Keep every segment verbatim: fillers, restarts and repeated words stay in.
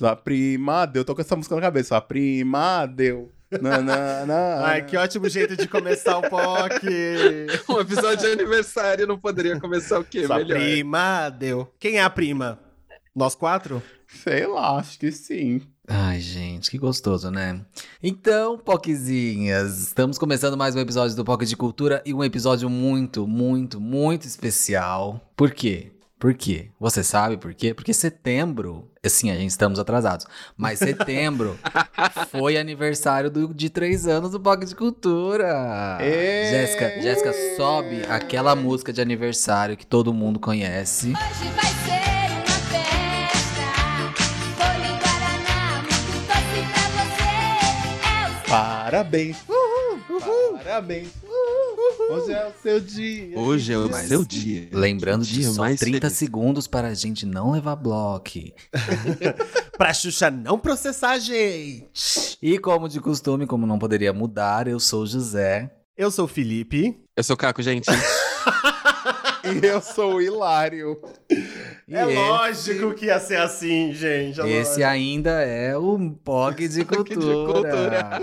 Sua prima deu. Tô com essa música na cabeça. Sua prima deu. Na, na, na, Ai, que ótimo jeito de começar o P O C. Um episódio de aniversário não poderia começar o quê? Sua Melhor. prima deu. Quem é a prima? Nós quatro? Sei lá, acho que sim. Ai, gente, que gostoso, né? Então, Poquezinhas, estamos começando mais um episódio do Poque de Cultura e um episódio muito, muito, muito especial. Por quê? Por quê? Você sabe por quê? Porque setembro, assim, a gente estamos atrasados, mas setembro foi aniversário do, de três anos do Poque de Cultura. Ê! Jéssica, Jéssica, sobe aquela música de aniversário que todo mundo conhece. Hoje vai ser uma festa, bolo e guaraná, muito doce pra você. É o Parabéns. Uhul, uhul. Parabéns. Uhul. Hoje é o seu dia. Hoje é o Mas- seu dia. Lembrando Que dia de só mais trinta feliz. segundos para a gente não levar bloco. Pra Xuxa não processar a gente. E como de costume, como não poderia mudar, eu sou o José. Eu sou o Felipe. Eu sou o Caco, gente. E eu sou o Hilário. E é esse- lógico que ia ser assim, gente. é Esse lógico. ainda é o Poque de Poque de Cultura. Cultura.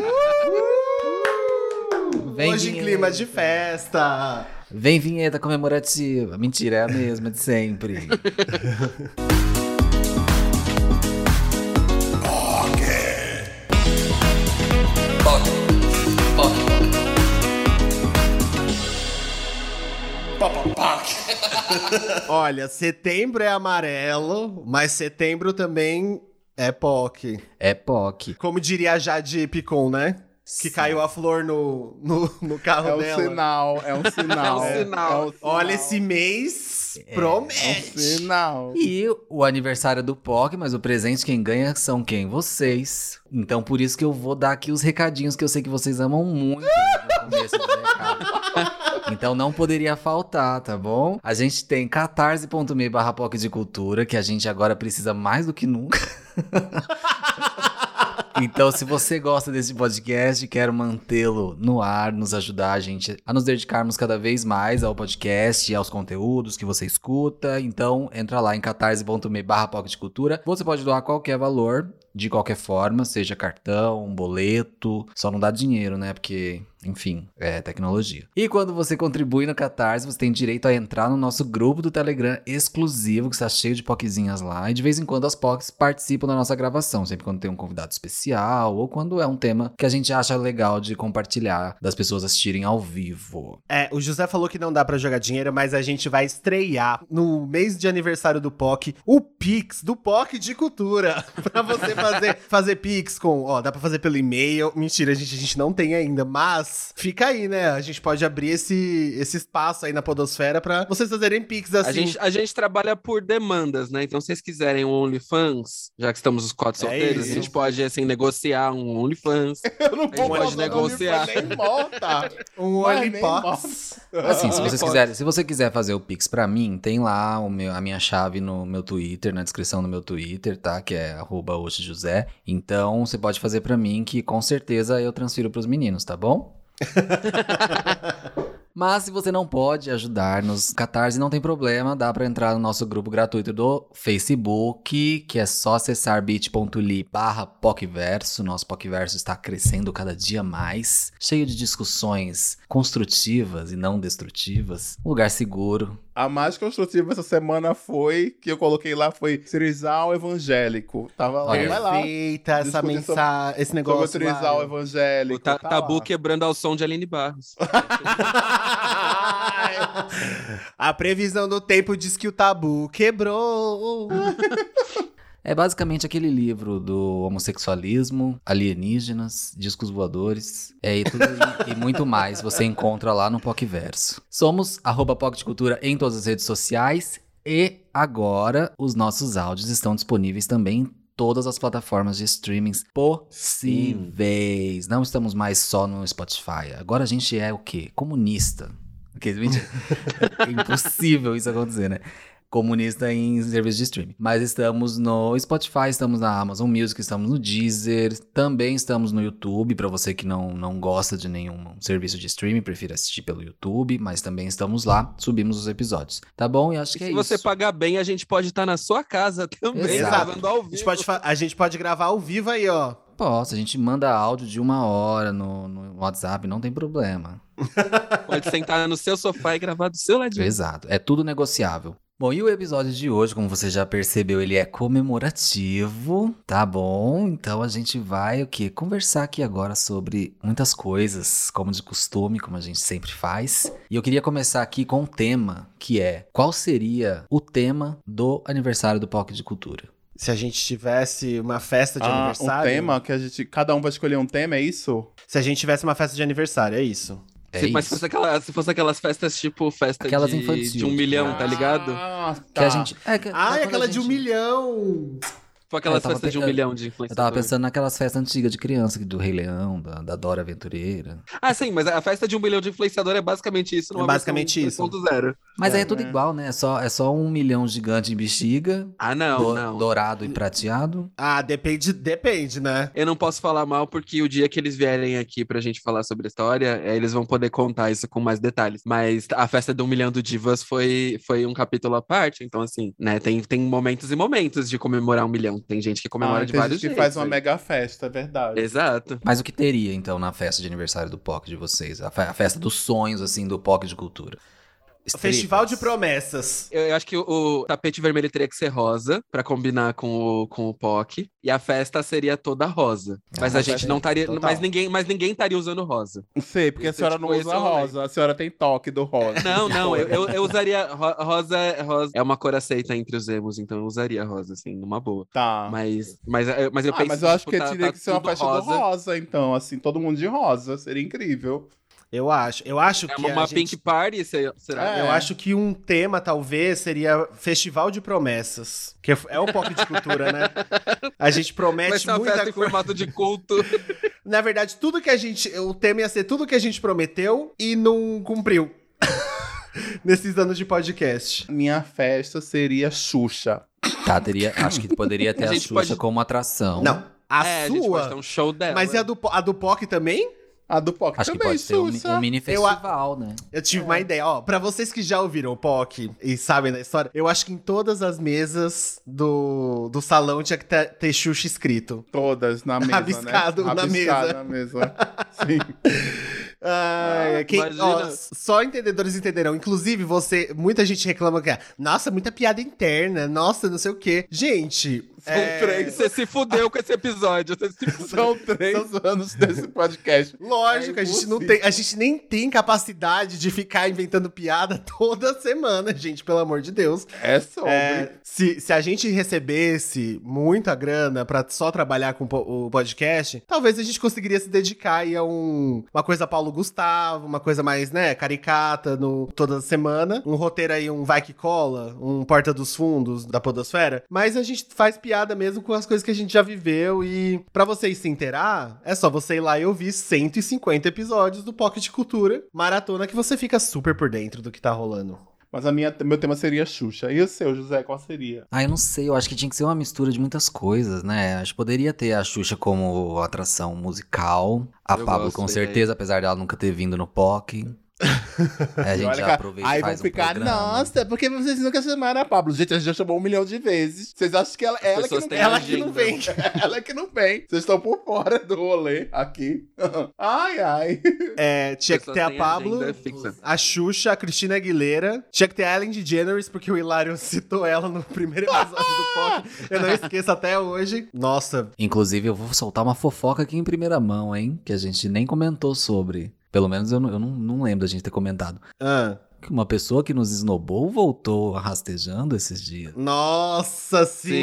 Vem Hoje em vinheta. clima de festa. Vem vinheta comemorativa. Mentira, é a mesma de sempre. Olha, setembro é amarelo, mas setembro também é P O C. É Poque. Como diria a Jade Picon, né? Que Sim. caiu a flor no, no, no carro É um dela. sinal, é um sinal. É um sinal. É um Olha, esse mês promete. É um sinal. E o aniversário do Poque, mas o presente quem ganha são quem? Vocês. Então por isso que eu vou dar aqui os recadinhos que eu sei que vocês amam muito no começo dos recados. Então não poderia faltar, tá bom? A gente tem catarse.me barra Poque de Cultura, que a gente agora precisa mais do que nunca. Então, se você gosta desse podcast e quer mantê-lo no ar, nos ajudar a gente a nos dedicarmos cada vez mais ao podcast e aos conteúdos que você escuta, então entra lá em catarse.me barra Pocket Cultura. Você pode doar qualquer valor, de qualquer forma, seja cartão, um boleto, só não dá dinheiro, né? Porque, enfim, é tecnologia. E quando você contribui no Catarse, você tem direito a entrar no nosso grupo do Telegram exclusivo, que está cheio de poquezinhas lá. E de vez em quando as pocs participam da nossa gravação, sempre quando tem um convidado especial ou quando é um tema que a gente acha legal de compartilhar, das pessoas assistirem ao vivo. É, o José falou que não dá pra jogar dinheiro, mas a gente vai estrear no mês de aniversário do P O C o Pix do P O C de Cultura. Pra você fazer, fazer Pix com, ó, dá pra fazer pelo e-mail. Mentira, a gente, a gente não tem ainda, mas fica aí, né? A gente pode abrir esse, esse espaço aí na podosfera pra vocês fazerem Pix assim. A gente, a gente trabalha por demandas, né? Então, se vocês quiserem um OnlyFans, já que estamos os quatro É solteiros, isso. a gente pode, assim, negociar um OnlyFans. Eu não A gente vou pode botar negociar. no nem bota. Um Mas Only nem Pox. Assim, se, vocês Pode. quiserem, se você quiser fazer o Pix pra mim, tem lá o meu, a minha chave no meu Twitter, na descrição do meu Twitter, tá? Que é arroba oxijosé. Então, você pode fazer pra mim que com certeza eu transfiro pros meninos, tá bom? Mas se você não pode ajudar nos Catarse, não tem problema, dá pra entrar no nosso grupo gratuito do Facebook, que é só acessar bit.ly barra Pocverso. Nosso Pocverso está crescendo cada dia mais, cheio de discussões construtivas e não destrutivas. Um lugar seguro. A mais construtiva essa semana foi, que eu coloquei lá, foi trisal evangélico. Tava lá, Olha, vai lá. Perfeita essa Discutir mensagem, esse Sobre negócio. o trisal lá. evangélico. O ta- tá tabu lá. quebrando ao som de Aline Barros. A previsão do tempo diz que o tabu quebrou. É basicamente aquele livro do homossexualismo, alienígenas, discos voadores, é, e, tudo, e, e muito mais você encontra lá no Pocverso. Somos arroba Pocket Cultura em todas as redes sociais e agora os nossos áudios estão disponíveis também em todas as plataformas de streamings possíveis. Não estamos mais só no Spotify. Agora a gente é o quê? Comunista. Okay, mentira. É impossível isso acontecer, né? comunista em serviço de streaming. Mas estamos no Spotify, estamos na Amazon Music, estamos no Deezer, também estamos no YouTube, pra você que não, não gosta de nenhum serviço de streaming, prefira assistir pelo YouTube, mas também estamos lá, subimos os episódios. Tá bom? E acho que Se é você isso. pagar bem, a gente pode estar na sua casa também, Exato. gravando ao A vivo. gente, pode fa- a gente pode gravar ao vivo aí, ó. Posso, a gente manda áudio de uma hora no, no WhatsApp, não tem problema. Pode sentar no seu sofá e gravar do seu ladinho. Exato, é tudo negociável. Bom, e o episódio de hoje, como você já percebeu, ele é comemorativo, tá bom? Então a gente vai, o quê? Conversar aqui agora sobre muitas coisas, como de costume, como a gente sempre faz. E eu queria começar aqui com um tema, que é, qual seria o tema do aniversário do P O C de Cultura? Se a gente tivesse uma festa de Ah, um aniversário... tema que a gente... Cada um vai escolher um tema, é isso? Se a gente tivesse uma festa de aniversário, é isso. É se, mas se isso. fosse, aquela, se fosse aquelas festas tipo festa Aquelas de, infantil, de um tipo, milhão, ah, tá ligado? Ah, Que tá. a gente... É, que, Ah, quando e aquela a de um gente- milhão! Tipo aquelas Eu tava festas de um pensando- milhão de Eu influenciadores. tava pensando naquelas festas antigas de criança, do Rei Leão, da, da Dora Aventureira. Ah, sim, mas a festa de um milhão de influenciador é basicamente isso. numa É basicamente versão isso. três ponto zero. Mas É, aí é tudo né? igual, né? É só, é só um milhão gigante em bexiga, Ah, não, do- não. dourado e prateado. Ah, depende, depende, né? Eu não posso falar mal porque o dia que eles vierem aqui pra gente falar sobre a história, eh, eles vão poder contar isso com mais detalhes. Mas a festa de um milhão do Divas foi, foi um capítulo à parte, então assim, né, tem, tem momentos e momentos de comemorar um milhão. Tem gente que comemora Ah, de tem vários gente que jeitos. faz uma aí. mega festa, é verdade. Exato. Mas o que teria, então, na festa de aniversário do P O C de vocês? A, fe- a festa dos sonhos, assim, do P O C de cultura. Festival de Estrefas. promessas. Eu, eu acho que o, o tapete vermelho teria que ser rosa pra combinar com o, com o P O C. E a festa seria toda rosa. Mas Ah, a gente não estaria. total. Mas ninguém, mas ninguém estaria usando rosa. Não sei, porque a Isso, senhora tipo, não esse usa é o rolê. rosa. A senhora tem toque do rosa. Não, não, eu, eu, eu usaria. ro- Rosa, rosa é uma cor aceita entre os emos, então eu usaria rosa, assim, numa boa. Tá. Mas, mas, eu- mas eu Ah, penso mas eu acho tipo, que tá- teria tá que ser uma tudo festa do rosa, então, assim, todo mundo de rosa. Seria incrível. Eu acho. Eu acho É que uma, a uma gente... pink party, se- será? É. Eu acho que um tema, talvez, seria Festival de Promessas. Que é o P O C de cultura, né? A gente Vai promete ser uma muita festa em coisa. formato de culto. Na verdade, tudo que a gente... O tema ia ser tudo que a gente prometeu e não cumpriu. Nesses anos de podcast. Minha festa seria Xuxa. Tá, teria, acho que poderia ter A a, gente Xuxa pode- como atração. Não. A é, a gente pode ter sua... um show dela. Mas e a do, Po- a do P O C também? A do P O C Acho que também, pode ter um, mi- Xuxa. um mini Eu a- festival, né? Eu tive uma ideia, ó, pra vocês que já ouviram o P O C e sabem da história, eu acho que em todas as mesas do, do salão tinha que ter, ter Xuxa escrito. Todas na mesa, Rabiscado né? na Rabiscado mesa. na mesa. Sim. Ai, quem, imagina. ó, só entendedores entenderão. Inclusive, você, muita gente reclama que, é, nossa, muita piada interna, nossa, não sei o quê. Gente, São é, três. Você se fudeu com esse episódio. Você se fudeu. São três anos desse podcast. lógico, É a gente não impossível. tem, a gente nem tem capacidade de ficar inventando piada toda semana, gente, pelo amor de Deus. É sobre. É, se, se a gente recebesse muita grana pra só trabalhar com po- o podcast, talvez a gente conseguiria se dedicar aí a um, uma coisa Paulo Gustavo, uma coisa mais, né, caricata no, toda semana. Um roteiro aí, um Vai Que Cola, um Porta dos Fundos da Podosfera. Mas a gente faz piada mesmo com as coisas que a gente já viveu e pra vocês se inteirar, é só você ir lá e ouvir cento e cinquenta episódios do Pocket de Cultura, maratona que você fica super por dentro do que tá rolando. Mas a minha, meu tema seria Xuxa. E o seu, José, qual seria? Ah, eu não sei, eu acho que tinha que ser uma mistura de muitas coisas, né? Acho que poderia ter a Xuxa como atração musical, a Eu Pablo gosto com da certeza, apesar dela nunca ter vindo no P O C. Aí a E gente olha já que- aproveita Aí e vão faz um ficar, programa. nossa, por que vocês nunca chamaram a Pablo? Gente, a gente já chamou um milhão de vezes. Vocês acham que ela, ela que pessoas não têm vem? Ela que não agenda. vem. Ela que não vem. Vocês estão por fora do rolê aqui. Ai, ai. É, tinha que Pessoas ter a têm Pablo, agenda fixa. a Xuxa, a Cristina Aguilera. Tinha que ter a Ellen DeGeneres, porque o Hilário citou ela no primeiro episódio do P O C. Eu não esqueço até hoje. Nossa, Inclusive, eu vou soltar uma fofoca aqui em primeira mão, hein? Que a gente nem comentou sobre. Pelo menos eu não, eu não, não lembro da gente ter comentado. ah, Que uma pessoa que nos esnobou voltou rastejando esses dias. nossa,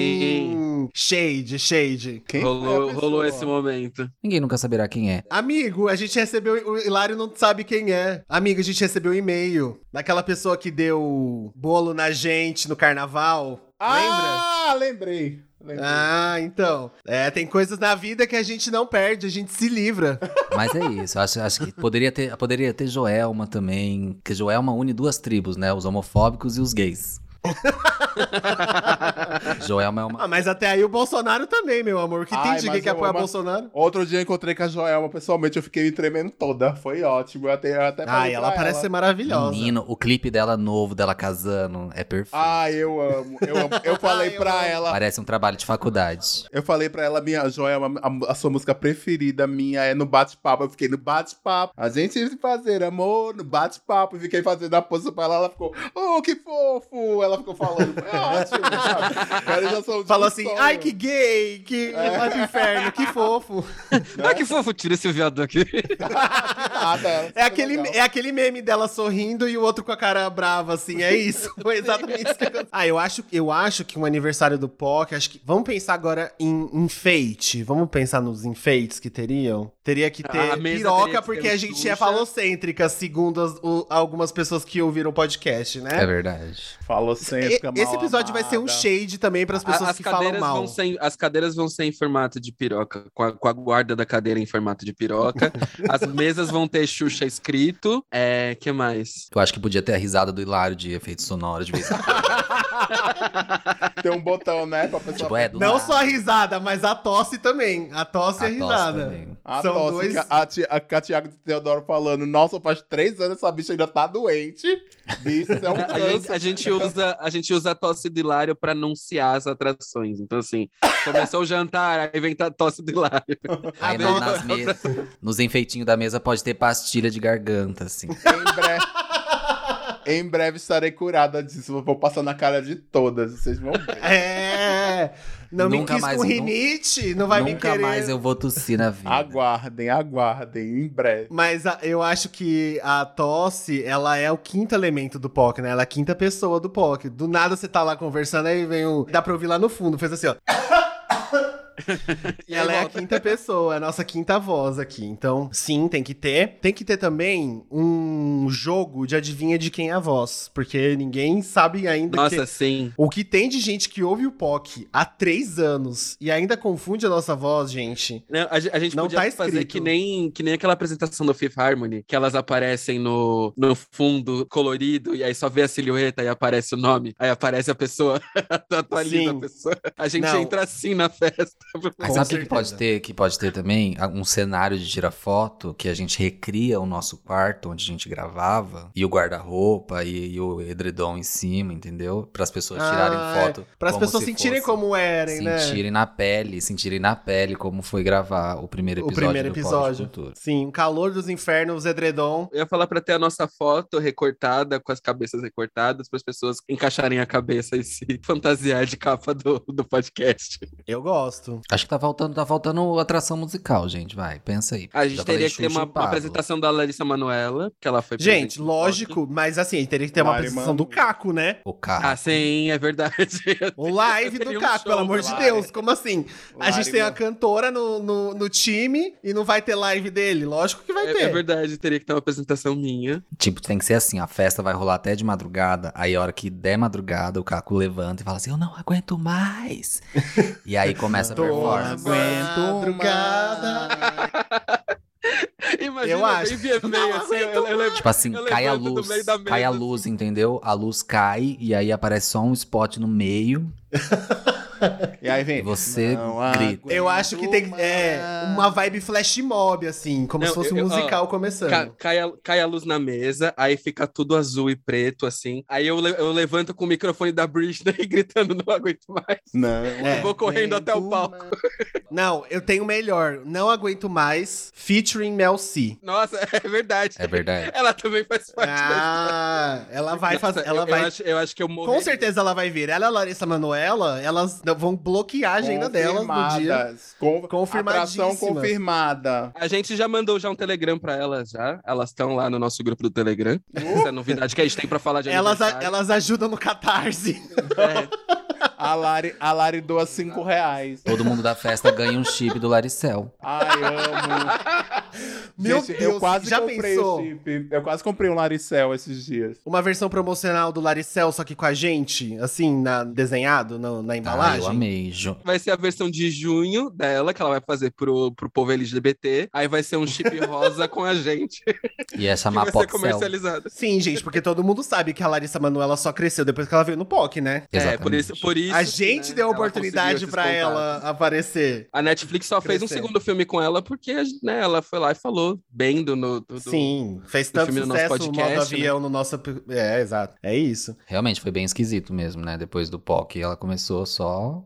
sim. Shade, shade. Quem foi a Rolou, pessoa? rolou esse momento. Ninguém nunca saberá quem é. Amigo, a gente recebeu. O Hilário não sabe quem é. Amigo, a gente recebeu um e-mail daquela pessoa que deu bolo na gente no carnaval. Lembra? Ah, lembrei. lembrei. Ah, então. É, tem coisas na vida que a gente não perde, a gente se livra. Mas é isso, acho, acho que poderia ter, poderia ter Joelma também. Que Joelma une duas tribos, né? Os homofóbicos e os gays. Joelma é uma. Ah, mas até aí o Bolsonaro também, meu amor. Que tem Ai, de mas que eu apoia amo- Bolsonaro? Outro dia eu encontrei com a Joelma pessoalmente, eu fiquei me tremendo toda. Foi ótimo. Eu até, eu até falei Ai, ela pra parece ser maravilhosa. Menino, o clipe dela novo, dela casando, é perfeito. Ai, eu amo. Eu amo. Eu falei Ai, eu pra amo. ela. Parece um trabalho de faculdade. Eu falei pra ela, minha Joelma, a, a sua música preferida minha é no bate-papo. Eu fiquei no bate-papo. A gente ia fazer amor no bate-papo. Fiquei fazendo a pose pra ela. Ela ficou, oh, que fofo. Ela ficou falando, foi ótimo. Sabe? Realização de Falou um assim, sonho. ai, que gay, que vai pro inferno, que fofo. Ai, que fofo, tira esse viado daqui. Nada, ela É ficou aquele, legal. é aquele meme dela sorrindo e o outro com a cara brava, assim, é isso. Foi exatamente isso que aconteceu. Ah, eu acho, eu acho que um aniversário do P O C, acho que... Vamos pensar agora em enfeite. Vamos pensar nos enfeites que teriam? Teria que ter A mesa piroca, teria que porque ter a um gente Xuxa. é falocêntrica, segundo as- o- algumas pessoas que ouviram o podcast, né? É verdade. Falou sempre, E- fica mal Esse episódio vai ser um amada. shade também pras pessoas as, que falam cadeiras mal. vão ser, em- as cadeiras vão ser em formato de piroca, com a, com a guarda da cadeira em formato de piroca. As mesas vão ter Xuxa escrito. É, que mais? Eu acho que podia ter a risada do Hilário de efeitos sonoros de vez em quando. Tem um botão, né? Pra pessoa... Tipo, é do Não nada. só a risada, mas a tosse também. A tosse e a A tosse risada. também. A São tosse, dois- que a, tia- a, a Thiago de Teodoro falando, nossa, faz três anos essa bicha ainda tá doente. Bicho, isso é um A gente, câncer. a gente usa, a gente usa a tosse do Hilário pra anunciar as atrações. Então, assim, começou o jantar, aí vem a tosse do Hilário. Aí Não, na- nas mesas, nos enfeitinhos da mesa pode ter pastilha de garganta, assim. Em breve, em breve estarei curada disso. Vou passar na cara de todas, vocês vão ver. É. Não me Nunca quis mais- com nu- rinite, não vai me Nunca querer. mais eu vou tossir na vida. Aguardem, aguardem, em breve. Mas a- eu acho que a tosse, ela é o quinto elemento do P O C, né? Ela é a quinta pessoa do P O C. Do nada você tá lá conversando, aí vem o... Dá pra ouvir lá no fundo, fez assim, ó. E ela é a quinta pessoa, é a nossa quinta voz aqui. Então, sim, tem que ter. Tem que ter também um jogo de adivinha de quem é a voz. Porque ninguém sabe ainda Nossa, que... sim. O que tem de gente que ouve o P O C há três anos e ainda confunde a nossa voz, gente. Não, a, ge- a gente Não podia tá fazer escrito. que nem, que nem aquela apresentação do Fifth Harmony, que elas aparecem no, no fundo colorido e aí só vê a silhueta e aparece o nome, aí aparece a pessoa, atualiza Sim. a pessoa. A gente Não. entra assim na festa. Mas Com sabe o que que pode certeza. ter? Que pode ter também um cenário de tirar foto que a gente recria o nosso quarto onde a gente gravava e o guarda-roupa e, e o edredom em cima, entendeu? Para as pessoas tirarem Ah, foto. Para as como pessoas se sentirem fosse- como erem, né? sentirem na pele, sentirem na pele como foi gravar o primeiro O episódio primeiro do Pop de episódio. Cultura. Sim, o calor dos infernos, edredom. Eu ia falar pra ter a nossa foto recortada, com as cabeças recortadas, para as pessoas encaixarem a cabeça e se fantasiar de capa do, do podcast. Eu gosto. Acho que tá faltando, tá faltando atração musical, gente, vai, pensa aí. A gente Já teria falei que ter Xuxa uma, e uma Pablo. apresentação da Larissa Manoela, que ela foi Gente, presente no lógico, mas assim, teria que ter uma Mari apresentação do Manu. Caco, né? O Rock. carro. Ah, sim, é verdade. O live Teria do um Caco, show pelo amor do de Lari. Deus. Como assim? A gente Lari, tem a mano. cantora no, no, no time e não vai ter live dele. Lógico que vai É, ter. é verdade, teria que ter uma apresentação minha. Tipo, tem que ser assim, a festa vai rolar até de madrugada, aí a hora que der madrugada, o Caco levanta e fala assim, eu não aguento mais. E aí começa a Tô performance. madrugada. Imagina, Eu acho. bem via meio, assim, eu, eu lembro- Tipo assim, eu cai a levanto do luz, meio da cai a mesa, luz, entendeu? A luz cai e aí aparece só um spot no meio E aí vem. e você Não grita. Eu acho que tem é, uma vibe flash mob, assim, como Não, se fosse um eu- eu- musical ó, começando. Ca- cai, a, cai a luz na mesa, aí fica tudo azul e preto, assim. Aí eu, le- eu levanto com o microfone da Britney gritando, não aguento mais. Não. É. Eu vou correndo até o palco. Não, eu tenho melhor. Não aguento mais. Featuring Mel C. Nossa, é verdade. É verdade. Ela também faz parte da Ah, ela vai Nossa, fazer. Ela eu, vai. Eu acho, eu acho que eu morri. Com certeza ela vai vir. Ela e a Larissa Manoela, elas vão bloquear a agenda delas no dia. Com... Confirmadíssimas. Atração confirmada. A gente já mandou já um Telegram pra elas, já. Elas estão lá no nosso grupo do Telegram. Essa é a novidade que a gente tem pra falar de Elas, a- aniversário. elas ajudam no Catarse. É. A Lari, a Lari doa cinco reais. Todo mundo da festa ganha um chip do Laricel. Ai, amo. Meu Gente, Deus, eu quase já comprei pensou? o chip. Eu quase comprei um Laricel esses dias. Uma versão promocional do Laricel, só que com a gente, assim, na, desenhado no- na Ah, embalagem. eu amei. Jo- Vai ser a versão de junho dela, que ela vai fazer pro, pro povo L G B T. Aí vai ser um chip rosa com a gente, E ia que chamar vai ser Popcel. comercializado. Sim, gente, porque todo mundo sabe que a Larissa Manoela só cresceu depois que ela veio no P O C, né? É, por isso, por isso A que, gente né, deu a ela oportunidade conseguiu pra esses ela contatos. aparecer. A Netflix só fez um Crescer. segundo filme com ela porque, né, ela foi lá e falou bem do... do, do Sim, fez do tanto filme do nosso sucesso no modo podcast, né? avião no nosso... É, exato. É isso. Realmente foi bem esquisito mesmo, né? Depois do P O C, ela começou só...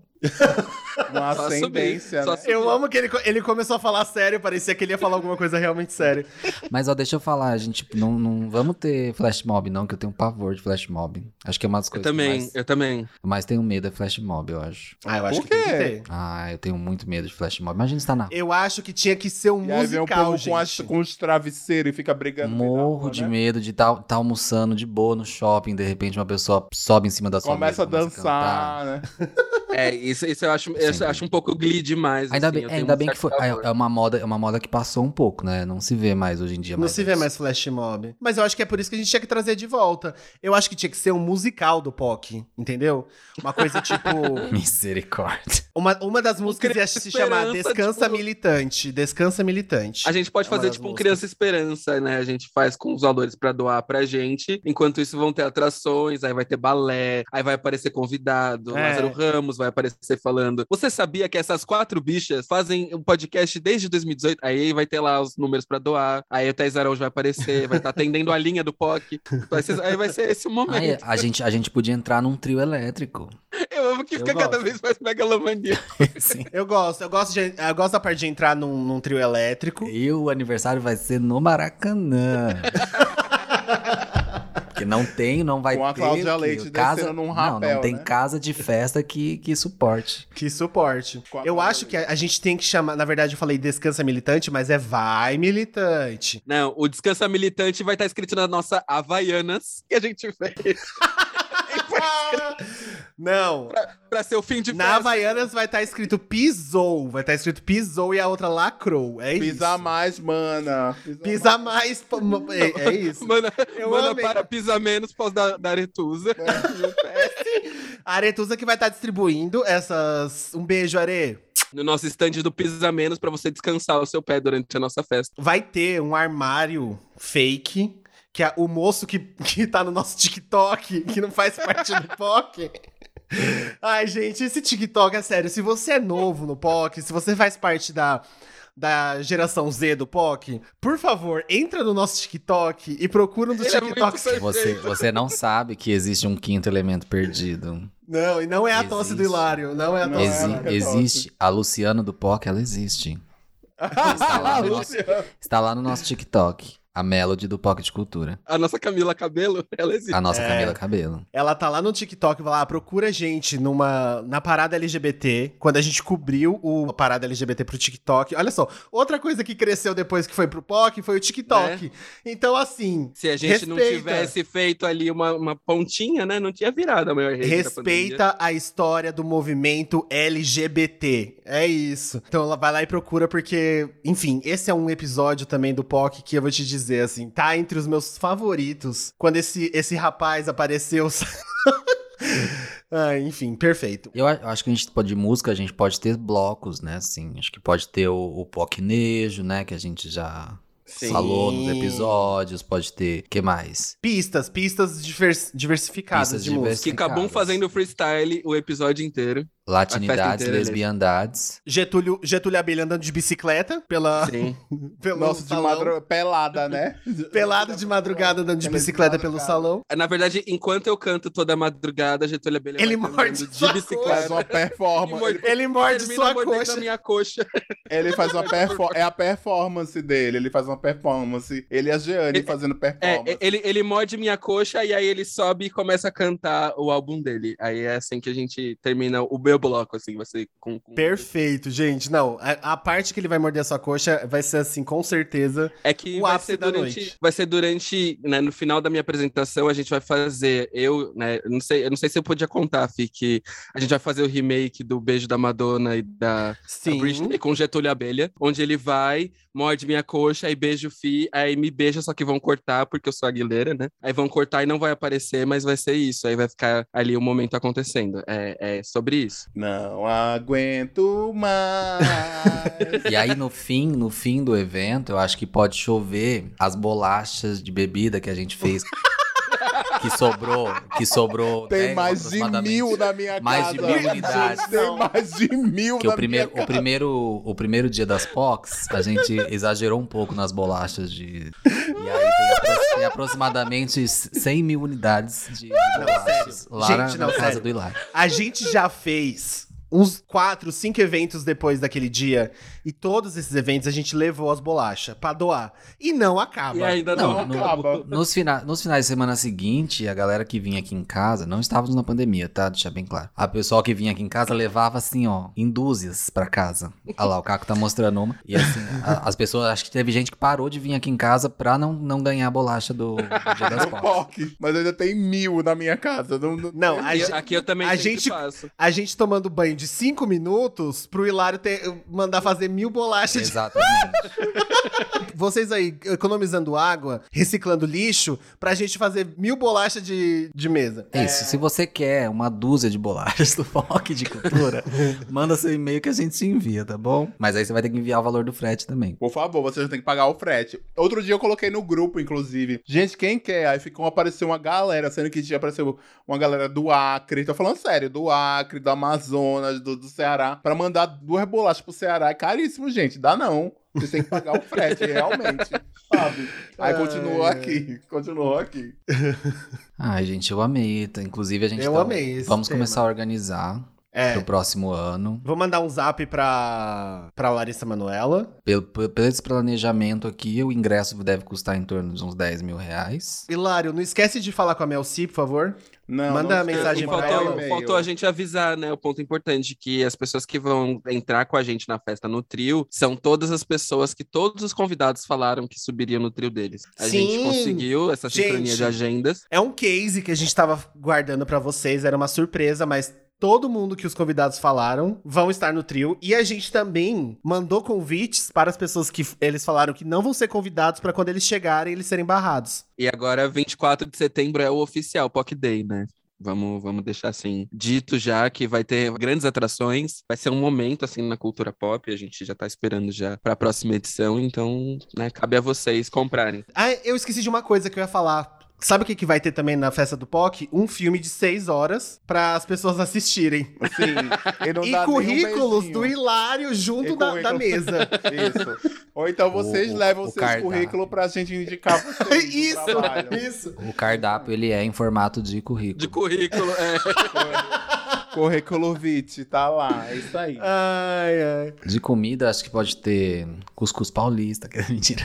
Uma Só ascendência, subir, só né? subir. Eu amo que ele, co- ele começou a falar sério, parecia que ele ia falar alguma coisa realmente séria. Mas, ó, deixa eu falar, gente, não, não vamos ter flash mob, não, que eu tenho pavor de flash mob. Acho que é uma das Eu coisas também, que mais, eu também. eu mais tenho medo é flash mob, eu acho. Ah, eu acho Por que tem que quê? ter. Ah, eu tenho muito medo de flash mob. Imagina estar na Eu acho que tinha que ser um E aí vem o musical, povo gente. com, as, com os travesseiros e fica brigando. no meio da Morro rua, de né? medo de estar tá, almoçando de boa no shopping, de repente uma pessoa sobe em cima da sua Começa a mesa, dançar, né? É, isso, isso eu acho, eu Sim. acho um pouco glee demais. Ainda assim, bem, eu é, tenho ainda um bem que certo foi, é, pavor. é uma moda, é uma moda que passou um pouco, né? Não se vê mais hoje em dia. Não mais se vê isso. mais flash mob. Mas eu acho que é por isso que a gente tinha que trazer de volta. Eu acho que tinha que ser um musical do P O C, entendeu? Uma coisa tipo... Misericórdia. Uma, uma das músicas ia se chamar Esperança, Descansa tipo- Militante. Descansa Militante. A gente pode É uma fazer das tipo um músicas. Criança Esperança, né? A gente faz com os valores pra doar pra gente. Enquanto isso vão ter atrações, aí vai ter balé, aí vai aparecer convidado, É. Lázaro Ramos vai aparecer falando. Você sabia que essas quatro bichas fazem um podcast desde dois mil e dezoito? Aí vai ter lá os números pra doar. Aí o Thais Araújo vai aparecer, vai estar atendendo a linha do P O C. Vai ser- aí vai ser esse o Ai, momento. a, gente, a gente podia entrar num trio elétrico. Eu amo que Eu fica cada gosto. vez mais megalomania. Sim. Eu gosto, eu gosto, de, eu gosto da parte de entrar num, num trio elétrico. E o aniversário vai ser no Maracanã. Porque não tem, não vai Com a ter. Cláudia que- Leite casa, descendo num Não, rapel, não tem né? casa de festa que, que suporte. Que suporte. Com a Eu Cláudia acho que a, a gente tem que chamar. Na verdade, eu falei Descansa Militante, mas é Vai Militante. Não, o Descansa Militante vai estar escrito na nossa Havaianas que a gente fez. Não. Pra ser o fim de Na festa. Havaianas vai estar escrito pisou. Vai estar escrito pisou e a outra lacrou. É Pisa isso. mais, mana. Pisa Pisa mais. pô, É, é isso. Mana, Eu mana amei. para pisa menos pós da, da Aretusa. A Aretusa que vai estar distribuindo essas. Um beijo, Are. No nosso stand do Pisa Menos pra você descansar o seu pé durante a nossa festa. Vai ter um armário fake. Que é o moço que, que tá no nosso TikTok, que não faz parte do P O C. Ai, gente, esse TikTok é sério. Se você é novo no P O C, se você faz parte da, da geração Z do P O C, por favor, entra no nosso TikTok e procura um dos Ele é muito TikToks. perfeito. Você, você não sabe que existe um quinto elemento perdido. Não, e não é a tosse do Existe. Hilário. Não é a Não tosse. é, Exi- não é existe. A Luciana do P O C, ela existe. Está lá, no nosso, está lá no nosso TikTok. A Melody do P O C de Cultura. A nossa Camila Cabelo, ela existe. A nossa É. Camila Cabelo. Ela tá lá no TikTok, vai lá, procura a gente numa, na parada L G B T, quando a gente cobriu o, a parada L G B T pro TikTok. Olha só, outra coisa que cresceu depois que foi pro P O C foi o TikTok. Então, assim, Se a gente não respeita. tivesse feito ali uma, uma pontinha, né? Não tinha virado a maior rede da pandemia. respeita a história do movimento L G B T. É isso. Então ela vai lá e procura, porque, enfim, esse é um episódio também do P O C que eu vou te dizer, assim, tá entre os meus favoritos. Quando esse, esse rapaz apareceu. Ah, enfim, perfeito. Eu a- acho que a gente pode, de música, a gente pode ter blocos, né? Assim, acho que pode ter o, o Pocnejo, né? Que a gente já Sim. falou nos episódios. Pode ter. O que mais? Pistas, pistas divers- diversificadas Pistas de música. Que acabou Ficadas. fazendo freestyle o episódio inteiro. Latinidades, inteira, lesbiandades. Getúlio, Getúlio Abelha andando de bicicleta pela, Sim. pelo Nossa, de salão. madrugada, pelada, né? Pelado de madrugada andando de Ela é de bicicleta pelo madrugada. salão. Na verdade, enquanto eu canto toda madrugada, Getúlio Abelha Ele vai morde cantando sua de bicicleta. Faz uma performance. Ele Ele morde termina sua mordendo coxa. a minha coxa. Ele faz uma performance. É a performance dele. Ele faz uma performance. Ele e a Jeane Ele- fazendo É, performance. ele, ele morde minha coxa e aí ele sobe e começa a cantar o álbum dele. Aí é assim que a gente termina o meu primeiro bloco, assim, vai ser com... com... Perfeito, gente. Não, a, a parte que ele vai morder a sua coxa vai ser assim, com certeza. É que O vai ápice ser, da durante, noite. vai ser durante, né, no final da minha apresentação, a gente vai fazer, eu, né, eu não sei, eu não sei se eu podia contar, Fih, que a gente vai fazer o remake do Beijo da Madonna e da, da Sim. Britney com Getúlio Abelha, onde ele vai, morde minha coxa, aí beija o Fih, aí me beija, só que vão cortar, porque eu sou aguilera, né? Aí vão cortar e não vai aparecer, mas vai ser isso, aí vai ficar ali o momento acontecendo. É, é sobre isso. Não aguento mais. E aí, no fim, no fim do evento, eu acho que pode chover as bolachas de bebida que a gente fez. Que sobrou, que sobrou. Tem né, mais de aproximadamente. mil na minha Mais casa. de mil unidades. Tem mais de mil Que na o primeiro, minha o, primeiro, o primeiro dia das P O Cs, a gente exagerou um pouco nas bolachas de... E aí tem, apro- tem aproximadamente cem mil unidades de, de bolachas lá Gente, na, não, na casa sério. do Hilário. A gente já fez uns quatro, cinco eventos depois daquele dia. E todos esses eventos a gente levou as bolachas pra doar. E não acaba. E ainda não, Não, no- acaba. Nos, fina, nos finais de semana seguinte, a galera que vinha aqui em casa, não estávamos na pandemia, tá? Deixar bem claro. A pessoa que vinha aqui em casa levava assim, ó, em dúzias pra casa. Olha lá, o Caco tá mostrando uma. E assim, a- as pessoas, acho que teve gente que parou de vir aqui em casa pra não, não ganhar a bolacha do, do Dia das Do P O Cs. P O C. Mas ainda tem mil na minha casa. Não, não- Não, a, Aqui, ge- aqui eu também a sempre gente- faço. a gente tomando banho de cinco minutos pro Hilário ter, mandar fazer mil bolachas. de- Exatamente. Vocês aí economizando água, reciclando lixo, pra gente fazer mil bolachas de, de mesa. É isso, se você quer uma dúzia de bolachas do P O C de cultura, manda seu e-mail que a gente te envia, tá bom? Mas aí você vai ter que enviar o valor do frete também. Por favor, você já tem que pagar o frete. Outro dia eu coloquei no grupo, inclusive. Gente, quem quer? Aí ficou apareceu uma galera, sendo que já apareceu uma galera do Acre. Tô falando sério, do Acre, do Amazonas, do, do Ceará. Pra mandar duas bolachas pro Ceará. É caríssimo, gente. Dá não. Você tem que pagar o frete, realmente. Sabe? Aí continuou Ai, aqui. Continuou aqui. Ai, gente, eu amei. tá? Inclusive, a gente Eu tá- amei esse Vamos tema. começar a organizar É. pro próximo ano. Vou mandar um zap pra, pra Larissa Manoela. Pelo, pelo pelo esse planejamento aqui, o ingresso deve custar em torno de uns dez mil reais. Hilário, não esquece de falar com a Mel C, por favor. Não, Manda não a mensagem E pra esquece de ela. mandar faltou, e-mail. faltou a gente avisar, né? O ponto importante, que as pessoas que vão entrar com a gente na festa no trio são todas as pessoas que todos os convidados falaram que subiriam no trio deles. A Sim! gente conseguiu essa sincronia Gente. de agendas. É um case que a gente tava guardando pra vocês, era uma surpresa, mas todo mundo que os convidados falaram vão estar no trio. E a gente também mandou convites para as pessoas que eles falaram que não vão ser convidados pra quando eles chegarem eles serem barrados. E agora, vinte e quatro de setembro é o oficial P O C Day, né? Vamos, vamos deixar assim, dito já que vai ter grandes atrações, vai ser um momento assim na cultura pop, a gente já tá esperando já pra próxima edição, então, né, cabe a vocês comprarem. Ah, eu esqueci de uma coisa que eu ia falar. Sabe o que, que vai ter também na festa do P O C? Um filme de seis horas para as pessoas assistirem. Sim. E, não E dá nem um currículos beijinho. do Hilário junto E da, currículo. da mesa. Isso. Ou então vocês O- o- levam o seus cardápio. currículos pra gente indicar vocês. no Isso, trabalho. isso. O cardápio, ele é em formato de currículo. De currículo, é. Currículo vitae, tá lá. É isso aí. Ai, ai. De comida, acho que pode ter cuscuz paulista, que é mentira.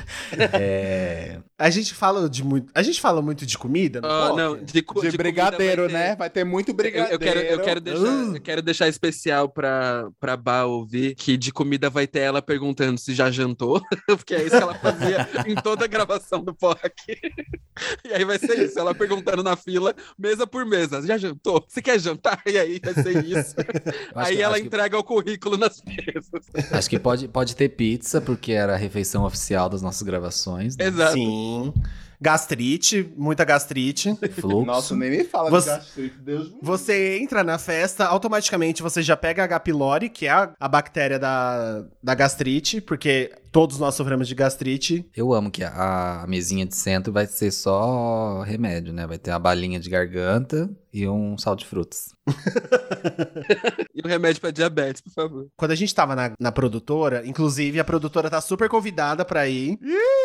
É... A gente fala de muito. A gente fala muito de comida no Ah, P O C? não, de, cu- De, de brigadeiro, comida vai ter- né? Vai ter muito Eu, brigadeiro. eu quero, eu, quero deixar, Uh. eu quero deixar especial pra, pra Bá ouvir que de comida vai ter ela perguntando se já jantou, porque é isso que ela fazia em toda a gravação do P O C. E aí vai ser isso, ela perguntando na fila, mesa por mesa, já jantou? Você quer jantar? E aí vai ser isso. eu acho Aí que- ela acho que- entrega o currículo nas mesas. Acho que pode, pode ter pizza, porque era a refeição oficial das nossas gravações. Né? Exato. Sim. Gastrite, muita gastrite. Fluxo. Nossa, nem me fala Você- de gastrite, Deus me Você entra na festa, automaticamente você já pega a H. pylori, que é a, a bactéria da, da gastrite, porque todos nós sofremos de gastrite. Eu amo que a, a mesinha de centro vai ser só remédio, né? Vai ter uma balinha de garganta e um sal de frutas. E o remédio pra diabetes, por favor. Quando a gente tava na, na produtora, inclusive a produtora tá super convidada pra ir.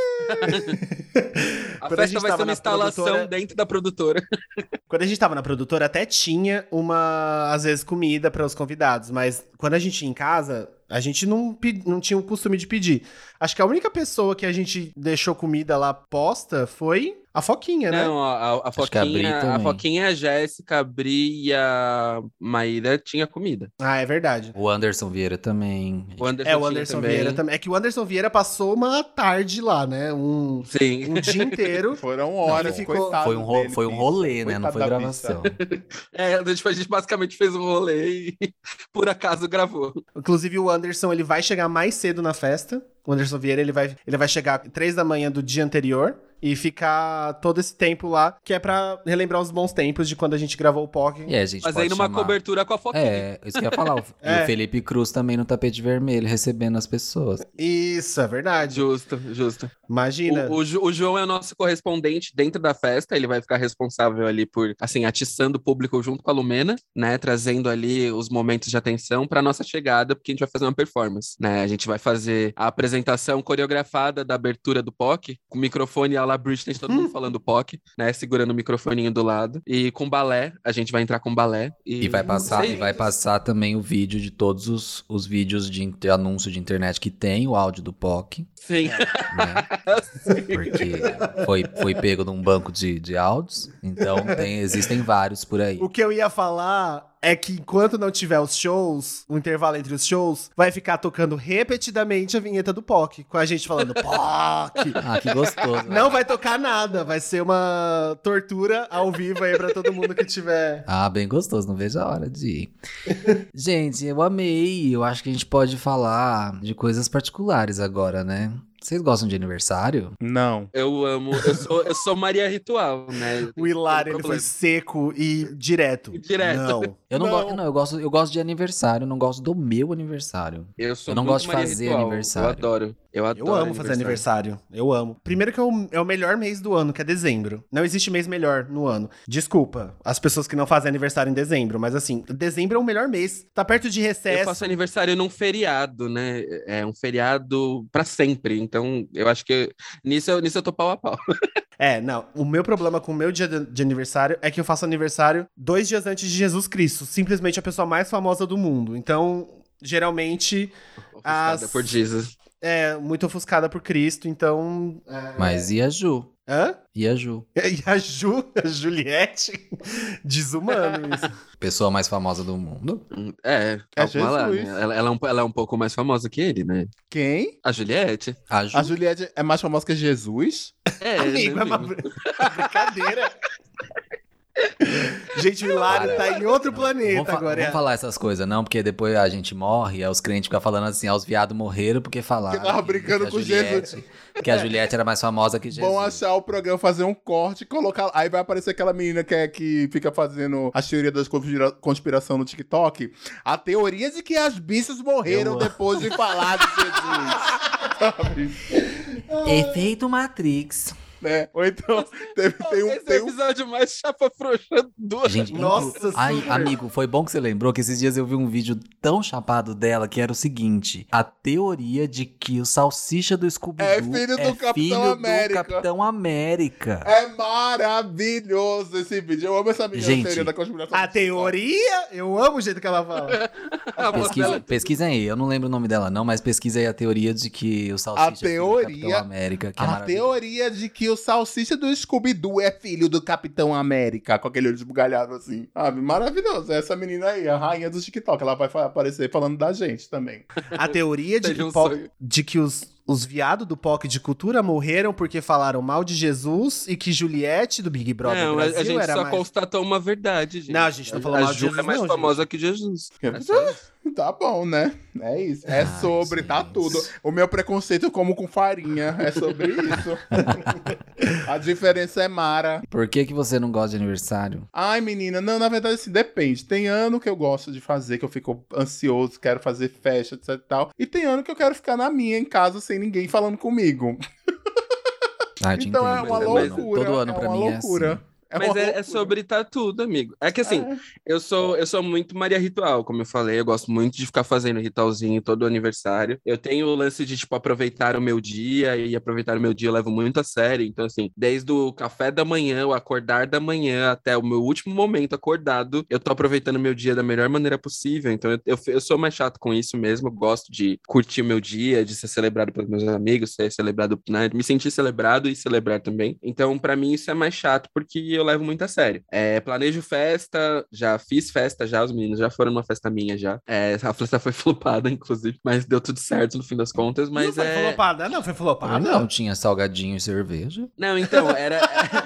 A Quando a gente festa vai tava ser uma na instalação produtora- dentro da produtora. Quando a gente tava na produtora, até tinha uma, às vezes, comida para os convidados, mas quando a gente ia em casa, a gente não, pe- não tinha o costume de pedir. Acho que a única pessoa que a gente deixou comida lá posta foi a Foquinha, né? Não, a, a, a Acho que a Bri Foquinha, a também. Foquinha, a Jéssica, a Bri e a Maíra tinha comida. Ah, é verdade. O Anderson Vieira também. O Anderson É, o tinha Anderson também. Vieira também. É que o Anderson Vieira passou uma tarde lá, né? Um, Sim. um dia inteiro. Foram horas, Ele ficou- coitado Foi um, ro- dele, foi um bicho. rolê, né? Não Coitado foi da gravação. bicha. É, a gente, a gente basicamente fez um rolê e por acaso gravou. Inclusive, o Anderson, ele vai chegar mais cedo na festa. O Anderson Vieira, ele vai, ele vai chegar três da manhã do dia anterior e ficar todo esse tempo lá, que é pra relembrar os bons tempos de quando a gente gravou o P O C. E aí, a gente Mas pode aí numa chamar... cobertura com a Foquinha. É, isso que eu ia falar. O- É. E o Felipe Cruz também no tapete vermelho, recebendo as pessoas. Isso, é verdade. Justo, justo. Imagina. O, o, Jo- o João é o nosso correspondente dentro da festa, ele vai ficar responsável ali por, assim, atiçando o público junto com a Lumena, né, trazendo ali os momentos de atenção pra nossa chegada, porque a gente vai fazer uma performance, né, a gente vai fazer a apresentação coreografada da abertura do P O C, com o microfone à la Britney, todo mundo falando P O C, né, segurando o microfoninho do lado, e com balé, a gente vai entrar com balé. E, E vai passar, Sei. e vai passar também o vídeo de todos os, os vídeos de, in- de anúncio de internet que tem o áudio do P O C, Sim. né? Sim. Porque foi, foi pego num banco de, de áudios. Então tem, existem vários por aí. O que eu ia falar é que enquanto não tiver os shows, o intervalo entre os shows, vai ficar tocando repetidamente a vinheta do P O C, com a gente falando P O C. Ah, que gostoso. né? Não vai tocar nada, vai ser uma tortura ao vivo aí pra todo mundo que tiver. Ah, bem gostoso, não vejo a hora de ir. Gente, eu amei. Eu acho que a gente pode falar de coisas particulares agora, né? Vocês gostam de aniversário? Não. Eu amo, eu sou, eu sou Maria Ritual, né? O Hilário, ele foi seco e direto. Direto. Não. Eu não, Não. gosto, não, eu gosto, eu gosto de aniversário, eu não gosto do meu aniversário. Eu sou Eu não muito gosto de Maria fazer Ritual. aniversário. Eu adoro. Eu adoro Eu amo fazer aniversário. Eu amo. Primeiro que é o, é o melhor mês do ano, que é dezembro. Não existe mês melhor no ano. Desculpa as pessoas que não fazem aniversário em dezembro, mas assim, dezembro é o melhor mês. Tá perto de Eu recesso. faço aniversário num feriado, né? É um feriado pra sempre. Então, eu acho que nisso eu, nisso eu tô pau a pau. É, não. O meu problema com o meu dia de, de aniversário é que eu faço aniversário dois dias antes de Jesus Cristo. Simplesmente a pessoa mais famosa do mundo. Então, geralmente, Ofuscada As- por Jesus. é muito ofuscada por Cristo. Então. é- Mas e a Ju? Hã? E a Ju? E a Ju, a Juliette, desumano isso. Pessoa mais famosa do mundo. É, É calma lá, Jesus. né? Ela, ela é um, ela é um pouco mais famosa que ele, né? Quem? A Juliette. A Ju. A Juliette é mais famosa que Jesus? É, Amigo, né, é uma amigo? br- brincadeira. Gente, o Hilário tá em outro Vamos, planeta fa- agora. vamos é. falar essas coisas, não, porque depois a gente morre, aí os crentes ficam falando assim, ah, os viados morreram porque falaram. Que tava brincando a com Juliette- Que a Juliette era mais famosa que Jesus. Vão achar o programa, fazer um corte e colocar. Aí vai aparecer aquela menina que, é, que fica fazendo as teorias da conspira- conspiração no TikTok. A teoria de que as bichas morreram Eu- depois de falar de Jesus. Sabe? Efeito Matrix. Né? Ou então, teve, tem um. Esse Tem um episódio mais chapa frouxa do Gente, Nossa, inclu- Ai, super. amigo, foi bom que você lembrou que esses dias eu vi um vídeo tão chapado dela que era o seguinte: a teoria de que o salsicha do Scooby-Doo É filho do Capitão filho América. do Capitão América. É maravilhoso esse vídeo. Eu amo essa menina Gente, teoria da conspiração. A teoria, eu amo o jeito que ela fala. A voz Pesquisa, dela- pesquisem aí, eu não lembro o nome dela não, mas pesquisa aí a teoria de que o salsicha A é filho do teoria- Capitão América, que é A maravilhoso. teoria de que o salsicha do Scooby-Doo é filho do Capitão América, com aquele olho esbugalhado assim. Ah, maravilhoso. Essa menina aí, a rainha do TikTok, ela vai fa- aparecer falando da gente também. A teoria de Seja que, um po- sonho. de que os, os viados do P O C de cultura morreram porque falaram mal de Jesus e que Juliette do Big Brother Não, a, Brasil a gente era só mais... constatou uma verdade, gente. Não, a gente não falou a mal de Ju Jesus, é mais não, famosa que Jesus. É só isso. Tá bom, né? É isso. É Ai, sobre, tá gente. tudo. O meu preconceito eu como com farinha. É sobre isso. A diferença é Mara. Por que que você não gosta de aniversário? Ai, menina, não, na verdade, assim, depende. Tem ano que eu gosto de fazer, que eu fico ansioso, quero fazer festa, etc e tal. E tem ano que eu quero ficar na minha, em casa, sem ninguém falando comigo. Ah, eu te Então é entendo, uma todo ano- loucura. Todo ano é pra uma mim loucura. é assim. É Mas uma é, é loucura. sobre tá tudo, amigo. É que assim, eu sou eu sou muito Maria Ritual, como eu falei, eu gosto muito de ficar fazendo ritualzinho todo aniversário. Eu tenho o lance de, tipo, aproveitar o meu dia, e aproveitar o meu dia eu levo muito a sério. Então, assim, desde o café da manhã, o acordar da manhã, até o meu último momento acordado, eu tô aproveitando o meu dia da melhor maneira possível. Então, eu, eu, eu sou mais chato com isso mesmo, eu gosto de curtir o meu dia, de ser celebrado pelos meus amigos, ser celebrado, né, me sentir celebrado e celebrar também. Então, pra mim, isso é mais chato, porque eu levo muito a sério. É, planejo festa, já fiz festa já, os meninos já foram numa festa minha já. É, a festa foi flopada, inclusive, mas deu tudo certo no fim das contas, Não mas foi é... flopada, não, foi flopada. Não, tinha salgadinho e cerveja. Não, então, era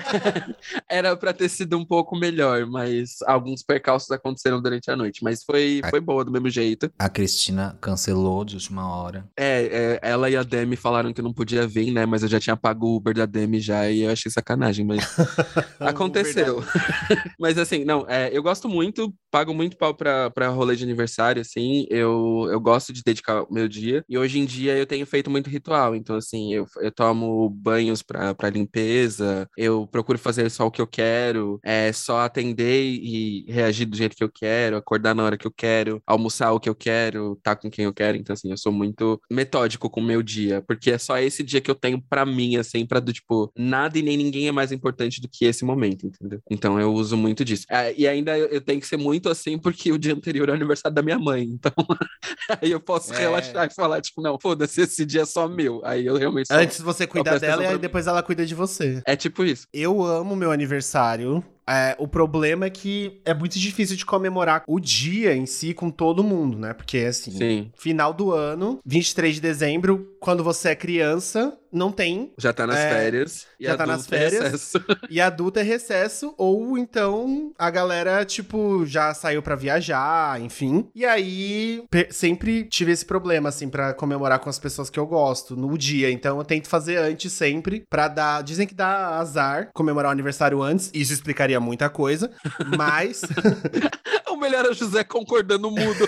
era para ter sido um pouco melhor, mas alguns percalços aconteceram durante a noite, mas foi, foi boa do mesmo jeito. A Cristina cancelou de última hora. É, é, ela e a Demi falaram que não podia vir, né, mas eu já tinha pago o Uber da Demi já e eu achei sacanagem, mas aconteceu. Mas assim, não, é, eu gosto muito, pago muito pau pra, pra rolê de aniversário, assim, eu, eu gosto de dedicar o meu dia, e hoje em dia eu tenho feito muito ritual, então assim, eu, eu tomo banhos pra, pra limpeza, eu procuro fazer só o que eu quero, é só atender e reagir do jeito que eu quero, acordar na hora que eu quero, almoçar o que eu quero, estar com quem eu quero, então assim, eu sou muito metódico com o meu dia, porque é só esse dia que eu tenho pra mim, assim, pra do tipo, nada e nem ninguém é mais importante do que esse momento, entendeu? Então eu uso muito disso. É, e ainda eu, eu tenho que ser muito assim, porque o dia anterior é o aniversário da minha mãe, então aí eu posso É. relaxar e falar, tipo, não, foda-se, esse dia é só meu. Aí eu realmente só, Antes você só cuida presto dela e atenção aí pra mim. depois ela cuida de você. É tipo isso. Eu amo meu aniversário. É, o problema é que é muito difícil de comemorar o dia em si com todo mundo, né? Porque, assim, Sim. final do ano, vinte e três de dezembro, quando você é criança, não tem. Já tá nas É, férias. E já tá nas adulto é férias. recesso. E adulto é recesso, ou então a galera, tipo, já saiu pra viajar, enfim. E aí, pe- sempre tive esse problema, assim, pra comemorar com as pessoas que eu gosto no dia. Então eu tento fazer antes sempre, pra dar. Dizem que dá azar comemorar o aniversário antes, isso explicaria muita coisa, mas. O melhor é o José concordando mudo.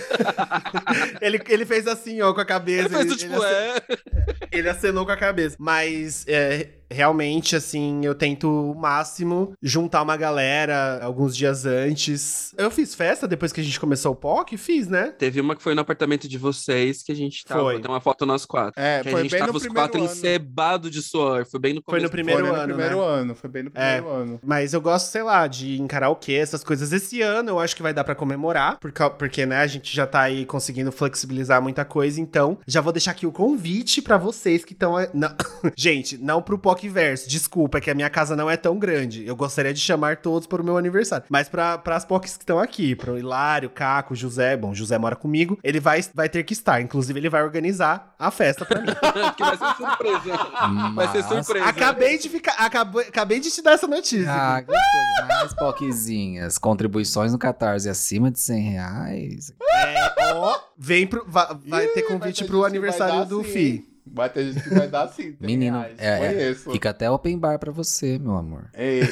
ele, ele fez assim, ó, com a cabeça. Ele fez o tipo, ele, é. ele acenou com a cabeça. Mas, é, realmente, assim, eu tento o máximo juntar uma galera alguns dias antes. Eu fiz festa depois que a gente começou o P O C? Fiz, né? Teve uma que foi no apartamento de vocês que a gente tava. Foi. Tem uma foto nós quatro. É, que foi a gente bem tava no os primeiro quatro ano. encebado de suor. Foi bem no Foi começo. no primeiro Foi no ano, primeiro né? ano, foi bem no primeiro ano. Mas eu gosto, sei lá, de em karaokê, essas coisas. Esse ano eu acho que vai dar pra comemorar, por cau- porque, né, a gente já tá aí conseguindo flexibilizar muita coisa. Então, já vou deixar aqui o convite pra vocês que estão... Não... Gente, não pro P O C Verso, desculpa, é que a minha casa não é tão grande. Eu gostaria de chamar todos para o meu aniversário. Mas pra, pras P O Cs que estão aqui, pro Hilário, Caco, José, bom, José mora comigo, ele vai, vai ter que estar. Inclusive, ele vai organizar a festa pra mim. que vai ser surpresa. Vai ser Mas- surpresa. Acabei de ficar... Acabou, acabei de te dar essa notícia. Ah, gostoso. Mais poquezinhas. Contribuições no Catarse acima de cem reais. Ó, vem pro... va- vai Ih, ter vai convite ter pro gente que aniversário vai dar do sim, Fi. hein? Vai ter gente que vai dar sim. cem Menino, reais. é, é, Conheço. fica até open bar pra você, meu amor.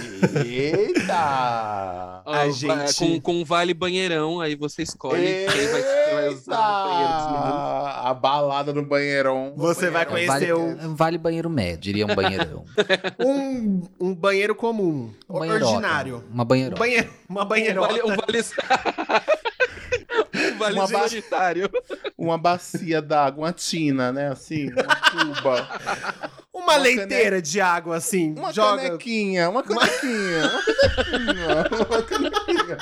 Eita! Ó, A vai- gente- com, com um vale banheirão, aí você escolhe quem vai, quem vai usar o banheiro dos meninos. Eita! A balada no banheirão. Você vai Banheirão. conhecer vale, o- vale banheiro médio, diria um banheirão. Um, um banheiro comum, Um banheirota, ordinário. Uma Um banheirota. banheiro, uma Um banheirota. vale, um vale... um vale Uma ba- sanitário. Uma bacia d'água, uma tina, né? Assim, uma cuba. Uma, Uma leiteira de água, assim. Uma joga. canequinha, uma canequinha, uma canequinha, uma canequinha.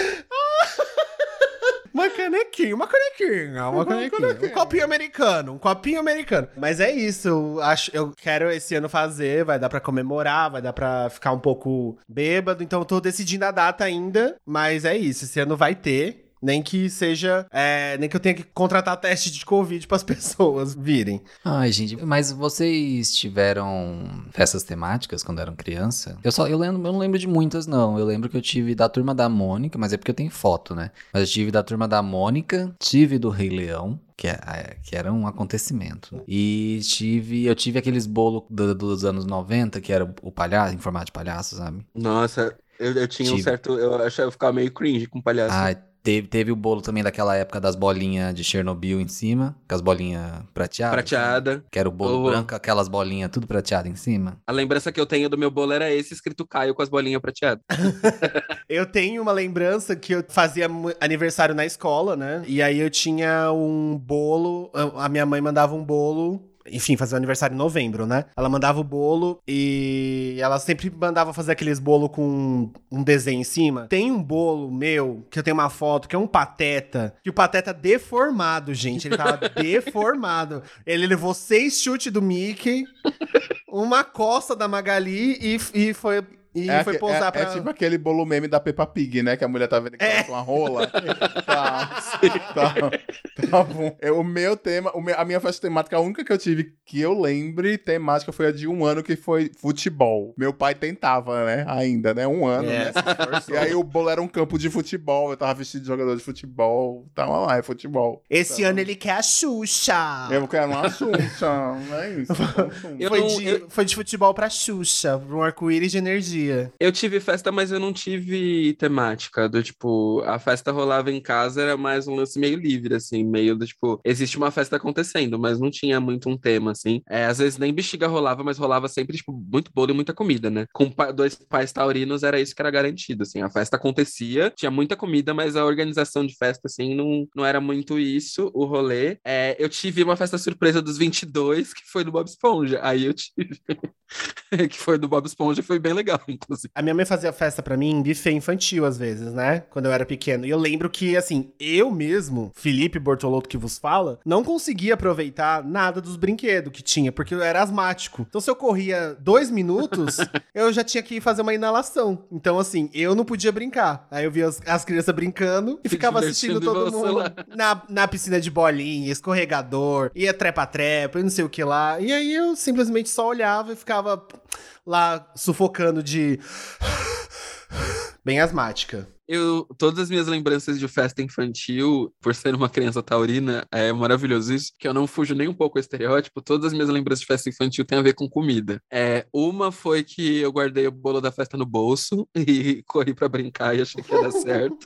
Uma canequinha, uma canequinha, uma canequinha. Um copinho americano, um copinho americano. Mas é isso, eu, acho, eu quero esse ano fazer, vai dar pra comemorar, vai dar pra ficar um pouco bêbado, então eu tô decidindo a data ainda, mas é isso, esse ano vai ter. Nem que seja, é, nem que eu tenha que contratar teste de Covid pras pessoas virem. Ai, gente, mas vocês tiveram festas temáticas quando eram criança? Eu só, eu lembro, eu não lembro de muitas, não. Eu lembro que eu tive da Turma da Mônica, mas é porque eu tenho foto, né? Mas eu tive da Turma da Mônica, tive do Rei Leão, que, é, que era um acontecimento. Né? E tive, eu tive aqueles bolos do- dos anos noventa, que era o palhaço, em formato de palhaço, sabe? Nossa, eu, eu tinha um Tive. certo... Eu achava eu ficava meio cringe com palhaço. Ai, Teve, teve o bolo também daquela época das bolinhas de Chernobyl em cima, com as bolinhas prateadas. Prateada. Que era o bolo O- branco, aquelas bolinhas tudo prateado em cima. A lembrança que eu tenho do meu bolo era esse, escrito Caio com as bolinhas prateadas. Eu tenho uma lembrança que eu fazia mu- aniversário na escola, né? E aí eu tinha um bolo, a a minha mãe mandava um bolo. Enfim, fazia o aniversário em novembro, né? Ela mandava o bolo e ela sempre mandava fazer aqueles bolo com um desenho em cima. Tem um bolo meu, que eu tenho uma foto, que é um pateta, que o pateta deformado, gente. Ele tava deformado. Ele levou seis chutes do Mickey, uma costa da Magali e, e foi... E É, foi aque- pousar é, pra... é tipo aquele bolo meme da Peppa Pig, né? Que a mulher tá vendo que É. ela com uma rola. Tá, tá, tá bom. É, o meu tema, o meu- a minha festa temática, a única que eu tive que eu lembre temática foi a de um ano, que foi futebol. Meu pai tentava, né? Ainda, né? Um ano, É, né? se esforçou. E aí o bolo era um campo de futebol. Eu tava vestido de jogador de futebol. Tava lá, é futebol. Esse Tá. ano ele quer a Xuxa. Eu quero uma Xuxa, não é isso? Eu foi, não- de, eu- foi de futebol pra Xuxa, pra um arco-íris de energia. Eu tive festa, mas eu não tive temática. Do tipo, a festa rolava em casa, era mais um lance meio livre, assim, meio do tipo, existe uma festa acontecendo, mas não tinha muito um tema, assim. É, às vezes nem bexiga rolava, mas rolava sempre, tipo, muito bolo e muita comida, né? Com pa- dois pais taurinos era isso que era garantido, assim. A festa acontecia, tinha muita comida, mas a organização de festa, assim, não, não era muito isso, o rolê. É, eu tive uma festa surpresa dos vinte e dois, que foi do Bob Esponja. Aí eu tive. que foi do Bob Esponja, foi bem legal, inclusive. A minha mãe fazia festa pra mim em buffet infantil, às vezes, né? Quando eu era pequeno. E eu lembro que, assim, eu mesmo, Felipe Bortolotto que vos fala, não conseguia aproveitar nada dos brinquedos que tinha, porque eu era asmático. Então, se eu corria dois minutos, eu já tinha que ir fazer uma inalação. Então, assim, eu não podia brincar. Aí eu via as, as crianças brincando e Se ficava assistindo divertindo todo e você mundo lá. na, na piscina de bolinha, escorregador, ia trepa-trepa, e não sei o que lá. E aí eu simplesmente só olhava e ficava lá sufocando de... Bem asmática. Eu, todas as minhas lembranças de festa infantil, por ser uma criança taurina, é maravilhoso isso, que eu não fujo nem um pouco ao estereótipo. Todas as minhas lembranças de festa infantil têm a ver com comida. É, uma foi que eu guardei o bolo da festa no bolso e corri pra brincar e achei que ia dar certo.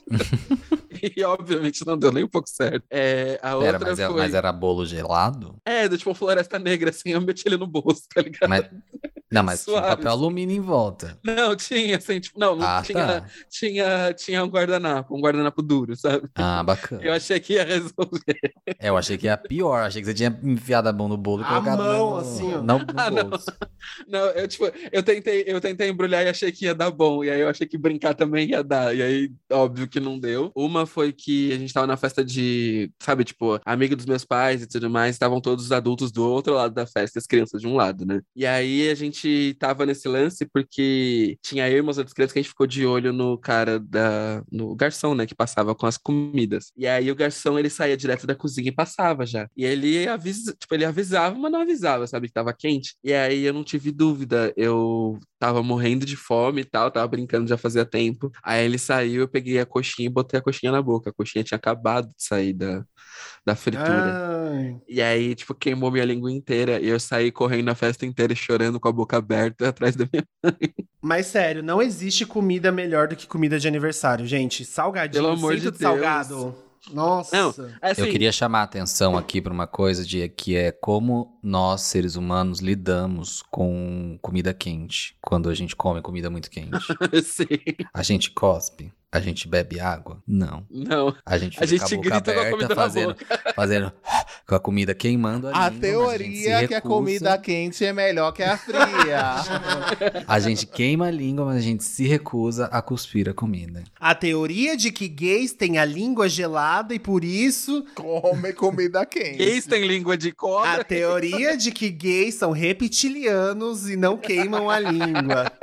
E obviamente não deu nem um pouco certo. É, a Pera, outra mas, é- foi... mas era bolo gelado? É, do tipo Floresta Negra, assim, eu meti ele no bolso, tá ligado? Mas- Não, mas tinha um Suave, papel assim. alumínio em volta. Não, tinha, assim, tipo, não, não Ah, tinha, tá. tinha, tinha um guardanapo, um guardanapo duro, sabe? Ah, Eu bacana. achei que ia resolver. É, eu achei que ia pior. Achei que você tinha enfiado a mão no bolo e A colocado mão, no, assim, ó. no, no Ah, não. bolso. Não, eu, tipo, eu tentei, eu tentei embrulhar e achei que ia dar bom. E aí eu achei que brincar também ia dar. E aí, óbvio que não deu. Uma foi que a gente tava na festa de, sabe, tipo, amigo dos meus pais e tudo mais. Estavam todos os adultos do outro lado da festa, as crianças de um lado, né? E aí a gente tava nesse lance porque tinha eu e umas outras crianças que a gente ficou de olho no cara da, no garçom, né, que passava com as comidas. E aí o garçom, ele saía direto da cozinha e passava já. E ele avisa, tipo, ele avisava, mas não avisava, sabe, que tava quente. E aí eu não tive dúvida, eu tava morrendo de fome e tal, tava brincando já fazia tempo. Aí ele saiu, eu peguei a coxinha e botei a coxinha na boca. A coxinha tinha acabado de sair da, da fritura. Ai. E aí, tipo, queimou minha língua inteira. E eu saí correndo na festa inteira e chorando com a boca aberta atrás da minha. Mas sério, não existe comida melhor do que comida de aniversário, gente. Salgadinho, Pelo amor centro de de salgado. Nossa. Não, assim, Eu queria chamar a atenção aqui para uma coisa de que é como nós, seres humanos, lidamos com comida quente. Quando a gente come comida muito quente. sim. A gente cospe? A gente bebe água? Não. Não. A gente A fica gente com a boca grita com a aberta, comida na fazendo, fazendo com a comida queimando a, A língua, mas teoria gente se é que a recusa- comida quente é melhor que a fria. A gente queima a língua, mas a gente se recusa a cuspir a comida. A teoria de que gays têm a língua gelada e por isso... Come comida quente. Gays têm língua de A cobra. teoria de que gays são reptilianos e não queimam a língua.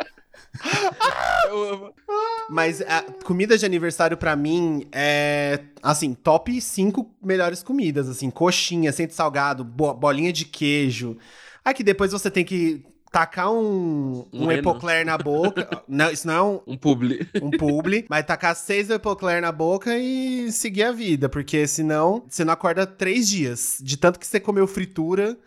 Eu amo. Mas a comida de aniversário pra mim é, assim, top cinco melhores comidas, assim, coxinha, centro salgado, bo- bolinha de queijo. Aí que depois você tem que tacar um, Um um reno. epocler na boca. Não, isso não é um, Um publi. um publi, mas tacar seis epocler na boca e seguir a vida, porque senão você não acorda três dias. De tanto que você comeu fritura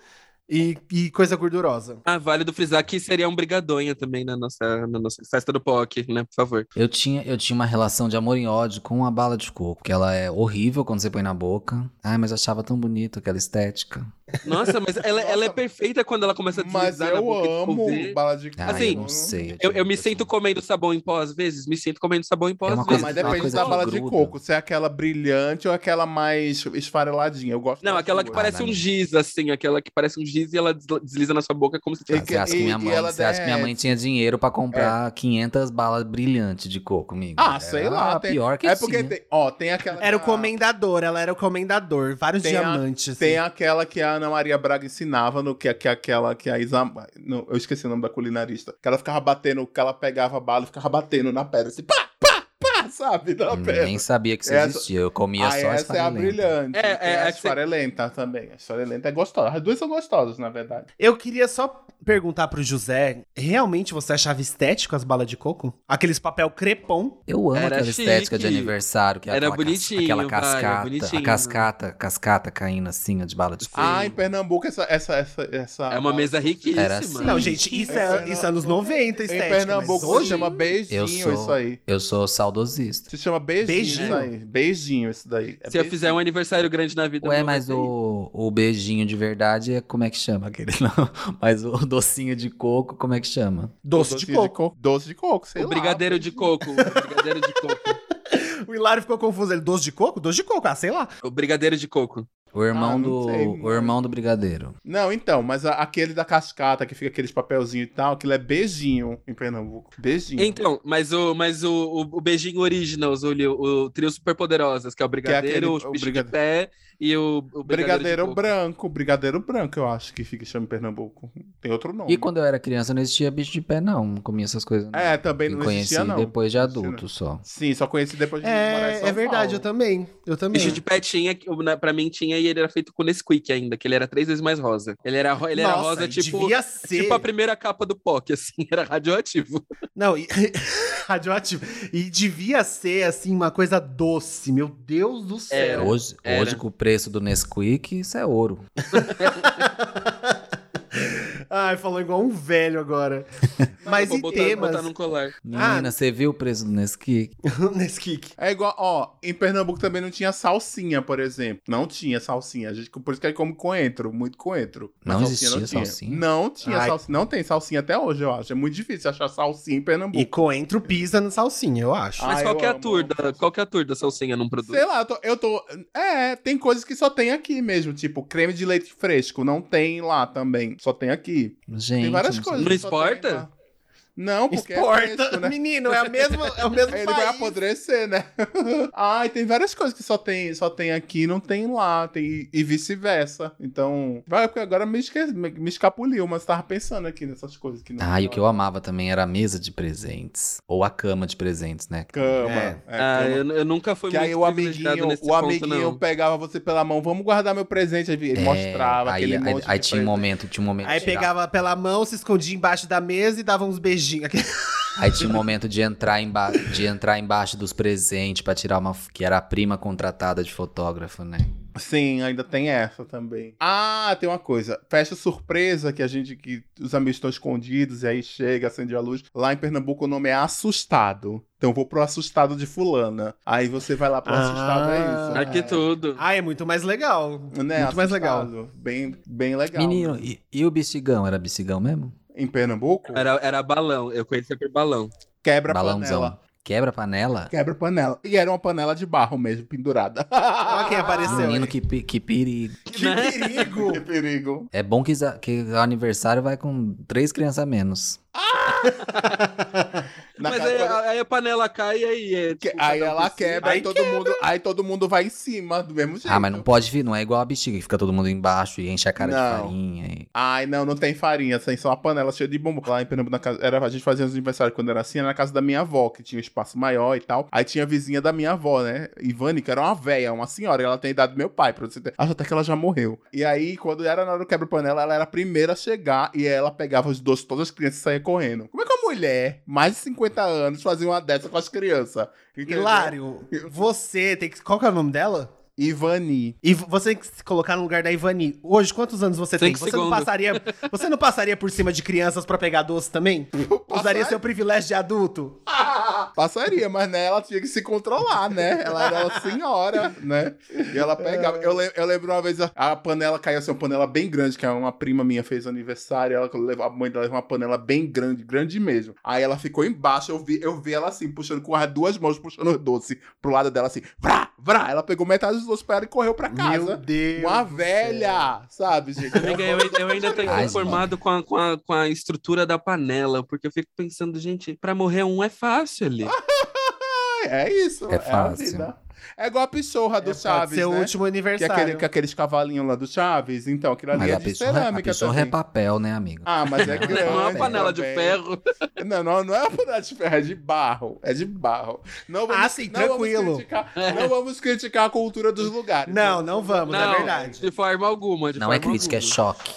E, e coisa gordurosa. Ah, válido frisar que seria um brigadonha também na nossa, na nossa festa do P O C, né? Por favor. Eu tinha, eu tinha uma relação de amor e ódio com a bala de coco, que ela é horrível quando você põe na boca. Ai, mas eu achava tão bonito aquela estética. Nossa, mas ela, ela é perfeita quando ela começa a Mas deslizar na eu boca e amo dissolver. bala de coco. Ai, Assim, eu não sei. Eu, eu me tinha- sinto comendo sabão em pó às vezes, me sinto comendo sabão em pó É às uma Ah, vezes. mas coisa- depende coisa da que bala de gruda. coco. Se é aquela brilhante ou aquela mais esfareladinha. Eu gosto Não, das aquela que duas. parece na um minha. giz, assim, aquela que parece um giz e ela desla- desliza na sua boca como se E fosse. que- Você acha que minha e mãe, ela você acha que minha mãe derrete. tinha dinheiro pra comprar quinhentas balas brilhantes de coco, amigo? Ah, sei Era lá. a Tem... pior que é porque tinha. tem, ó, tem aquela. Era o que a- comendador, ela era o comendador. Vários Tem a- diamantes. assim. Tem aquela que a Ana Maria Braga ensinava, no que, que aquela que a Isa. No, eu esqueci o nome da culinarista. Que ela ficava batendo, que ela pegava a bala e ficava batendo na pedra, assim, pá, pá, pá, sabe? Na pedra. Nem sabia que isso Essa- existia. Eu comia Ah, só essa é a esfarelenta. brilhante. É, Tem é, a é que você- esfarelenta também. A esfarelenta é gostosa. As duas são gostosas, na verdade. Eu queria só perguntar pro José, realmente você achava estético as balas de coco? Aqueles papel crepom? Eu amo Era aquela estética de chique. aniversário, que é Era aquela, cas- bonitinho, aquela vai, cascata, a bonitinho. cascata, cascata caindo assim, ó, de bala de coco. Ah, em Pernambuco, essa. essa, essa, essa É uma mesa riquíssima. Era assim. Não, gente, isso é, isso é anos noventa, Em estética. Pernambuco mas hoje... se chama beijinho Eu sou, isso aí. eu sou saudosista. Se chama beijinho, Beijinho? isso aí. Beijinho isso daí. É Se eu beijinho. fizer um aniversário grande na vida. Ué, eu mas vou ter o, o beijinho de verdade é como é que chama aquele? Não, mas o docinho de coco, como é que chama? Doce de Docinho coco. Doce de coco, sei o lá. brigadeiro de coco. O brigadeiro de coco. O Hilário ficou confuso. Ele, doce de coco? Doce de coco, ah, sei lá. O brigadeiro de coco. O irmão Ah, não do sei, o mano. irmão do brigadeiro. Não, então, mas a- aquele da cascata, que fica aqueles papelzinhos e tal, aquilo é beijinho em Pernambuco. Beijinho. Então, mas o, mas o, o, o beijinho originals, o, o trio super poderosas, que é o brigadeiro, aquele- o o bicho brigade- de pé e o, o brigadeiro, Brigadeiro de coco. branco, brigadeiro branco, eu acho que fica chama em Pernambuco. Tem outro nome. E quando eu era criança não existia bicho de pé, não. Não comia essas coisas. Não. É, também Eu não conheci existia, não. depois de Não existia, adulto só. Sim, só conheci depois de morar em É, São é verdade, eu Paulo. também. Eu também. Bicho de pé tinha, que, né, pra mim tinha, e ele era feito com Nesquik ainda, que ele era três vezes mais rosa. Ele era, ro- ele era Nossa, rosa, e tipo, devia ser. tipo a primeira capa do P O C, assim, era radioativo. Não, e... radioativo. E devia ser, assim, uma coisa doce. Meu Deus do céu. Era. Hoje, era. hoje, com o preço do Nesquik, isso é ouro. Ai, falou igual um velho agora. Mas Vou e botar, temas? botar num colar. Menina, você viu o preço do Nesquik? Nesse kick. É igual, ó, em Pernambuco também não tinha salsinha, por exemplo. Não tinha salsinha. A gente, por isso que aí come coentro, muito coentro. Mas Não salsinha existia tinha. salsinha? Não tinha Ai. salsinha. Não tem salsinha até hoje, eu acho. É muito difícil achar salsinha em Pernambuco. E coentro pisa no salsinha, eu acho. Mas Ah, qual eu que é a amo, tour amo da, salsinha. qual que é a tour da salsinha num produto? Sei lá, eu tô, eu tô. É, tem coisas que só tem aqui mesmo. Tipo, creme de leite fresco. Não tem lá também. Só tem aqui. Gente, Tem várias não coisas. Não que só tem exporta? lá. Não, porque é Exporta. fresco, né? Menino, é, a mesma, é o mesmo Ele vai país. apodrecer, né? Ai, tem várias coisas que só tem, só tem aqui e não tem lá. Tem, e vice-versa. Então. Vai, porque agora me, esque, me, me escapuliu, mas tava pensando aqui nessas coisas que não. Ah, e o que eu amava também era a mesa de presentes. Ou a cama de presentes, né? Cama. É. é, Ah, cama. eu, eu nunca fui Que aí muito o privilegiado amiguinho, nesse o ponto, amiguinho não. pegava você pela mão, vamos guardar meu presente. Aí ele É, mostrava aí, aquele aí, monte aí de tinha um presente. momento, tinha um momento. Aí de- pegava pela mão, se escondia embaixo da mesa e dava uns beijinhos. Aí tinha um momento de entrar, emba... de entrar embaixo dos presentes pra tirar uma. Que era a prima contratada de fotógrafo, né? Sim, ainda tem essa também. Ah, tem uma coisa. Festa surpresa que a gente, que os amigos estão escondidos e aí chega, acende a luz. Lá em Pernambuco o nome é assustado. Então eu vou pro assustado de fulana. Aí você vai lá pro Ah. assustado, é isso. Aqui é. tudo. Ah, é muito mais legal. Né, muito mais legal. assustado. Bem, bem legal. Menino, e, e o bexigão? Era bexigão mesmo? Em Pernambuco, Era, era balão, eu conhecia por balão. quebra Balãozão. panela. Quebra panela? Quebra panela. E era uma panela de barro mesmo, pendurada. Olha quem apareceu. Menino, aí. que, pi- que perigo. Que perigo. Que perigo. É bom que, za- que o aniversário vai com três crianças a menos. Na Mas casa- aí, aí a panela cai e aí é. que- tipo, aí cada um ela por si. quebra, aí, Aí todo mundo, aí todo mundo vai em cima, do mesmo jeito. Ah, mas não pode vir, não é igual a bexiga, que fica todo mundo embaixo e enche a cara Não. de farinha. e- Ai, não, não tem farinha, tem só uma panela cheia de bombom. Lá em Pernambuco, na casa, era, a gente fazia os aniversários quando era assim, era na casa da minha avó, que tinha um espaço maior e tal. Aí tinha a vizinha da minha avó, né? Ivane, que era uma véia, uma senhora, e ela tem a idade do meu pai, pra você ter. Acho até que ela já morreu. E aí, quando era na hora do quebra-panela, ela era a primeira a chegar e ela pegava os doces, todas as crianças e saía correndo. Como é que uma mulher, mais de cinquenta anos, fazia uma dessa com as crianças? Entendeu? Hilário, você tem que. Qual que é o nome dela? Ivani. E v- você que se colocar no lugar da Ivani, hoje, quantos anos você tem? Cinco Você não, segundos. passaria, você não passaria por cima de crianças pra pegar doce também? Usaria seu privilégio de adulto? Passaria, mas né, ela tinha que se controlar, né? Ela era uma senhora, né? E ela pegava. Eu, le- eu lembro uma vez a, a panela caiu assim, uma panela bem grande, que uma prima minha fez aniversário. Ela levou, a mãe dela levou uma panela bem grande, grande mesmo. Aí ela ficou embaixo, eu vi, eu vi ela assim, puxando com as duas mãos, puxando o doce pro lado dela assim, vrá, vrá. Ela pegou metade dos doces pra ela e correu pra casa. Meu Deus Uma do velha, sabe, gente? Amiga, eu, eu ainda tô Ai, inconformado com a, com, a, com a estrutura da panela, porque eu fico pensando, gente, pra morrer um é fácil ali. É isso, É é, a fácil. vida. É igual a pichorra do É, Chaves, pode ser o né? último Que é aniversário. aquele, que é aqueles cavalinhos lá do Chaves. Então, aquilo ali Mas é a de pessoa, a cerâmica pessoa é também. papel, né, amigo? Ah, mas é grande. Não é uma panela de também. ferro. Não, não, não é uma panela de ferro, é de barro. É de barro. Não vamos, Ah, sim, não vamos tranquilo. criticar- não vamos criticar a cultura dos lugares. Não, não vamos, é verdade. de forma alguma. De Não é forma crítica, é alguma. choque.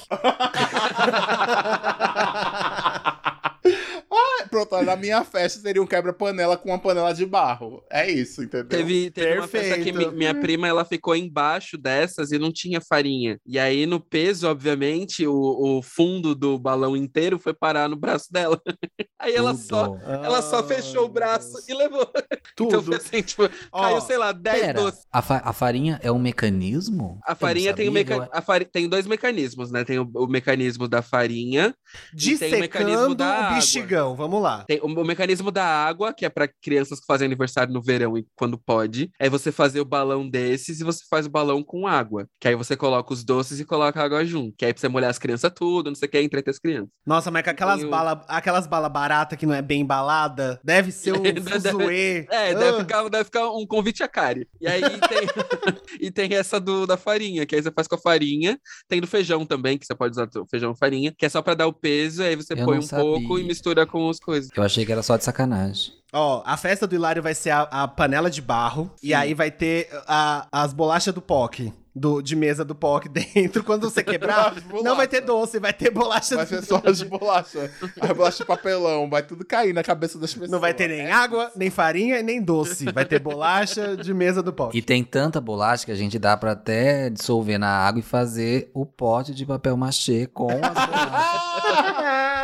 Ah, pronto, na minha festa seria um quebra-panela com uma panela de barro. É isso, entendeu? Teve, teve uma festa que Perfeito. mi- minha prima ela ficou embaixo dessas e não tinha farinha. E aí, no peso, obviamente, o, o fundo do balão inteiro foi parar no braço dela. Aí ela só, Tudo. ela só fechou o braço e levou. Então Tudo. foi assim, tipo, Ó, caiu, sei lá, dez Pera, doces. a, fa- a farinha é um mecanismo? A Eu farinha não tem, o sabia, meca... eu- a fari... tem dois mecanismos, né? Tem o, o mecanismo da farinha, e tem o mecanismo Dissecando da o água. bexigão, vamos lá. Tem o, o mecanismo da água, que é pra crianças que fazem aniversário no verão e quando pode. É você fazer o balão desses e você faz o balão com água. Que aí você coloca os doces e coloca a água junto. Que aí pra você molhar as crianças tudo, não sei o que, entreter as crianças. Nossa, mas com aquelas Tem o- balas aquelas bala baratas que não é bem embalada, deve ser um fuzuê. É, Ah. deve, ficar, deve ficar um convite a Kari. E aí tem, e tem essa do, da farinha, que aí você faz com a farinha. Tem do feijão também, que você pode usar o feijão e farinha, que é só pra dar o peso, aí você Eu põe não um pouco sabia. e mistura com as coisas. Eu achei que era só de sacanagem. Ó, a festa do Hilário vai ser a, a panela de barro. E aí vai ter a- as bolachas do P O C. Do, de mesa do P O C dentro. Quando você quebrar, As bolachas. não vai ter doce, vai ter bolacha. Vai ser só as bolachas. As bolachas de papelão. Vai tudo cair na cabeça das pessoas. Não vai ter nem água, nem farinha e nem doce. Vai ter bolacha de mesa do P O C. E tem tanta bolacha que a gente dá pra até dissolver na água e fazer o pote de papel machê com as bolachas.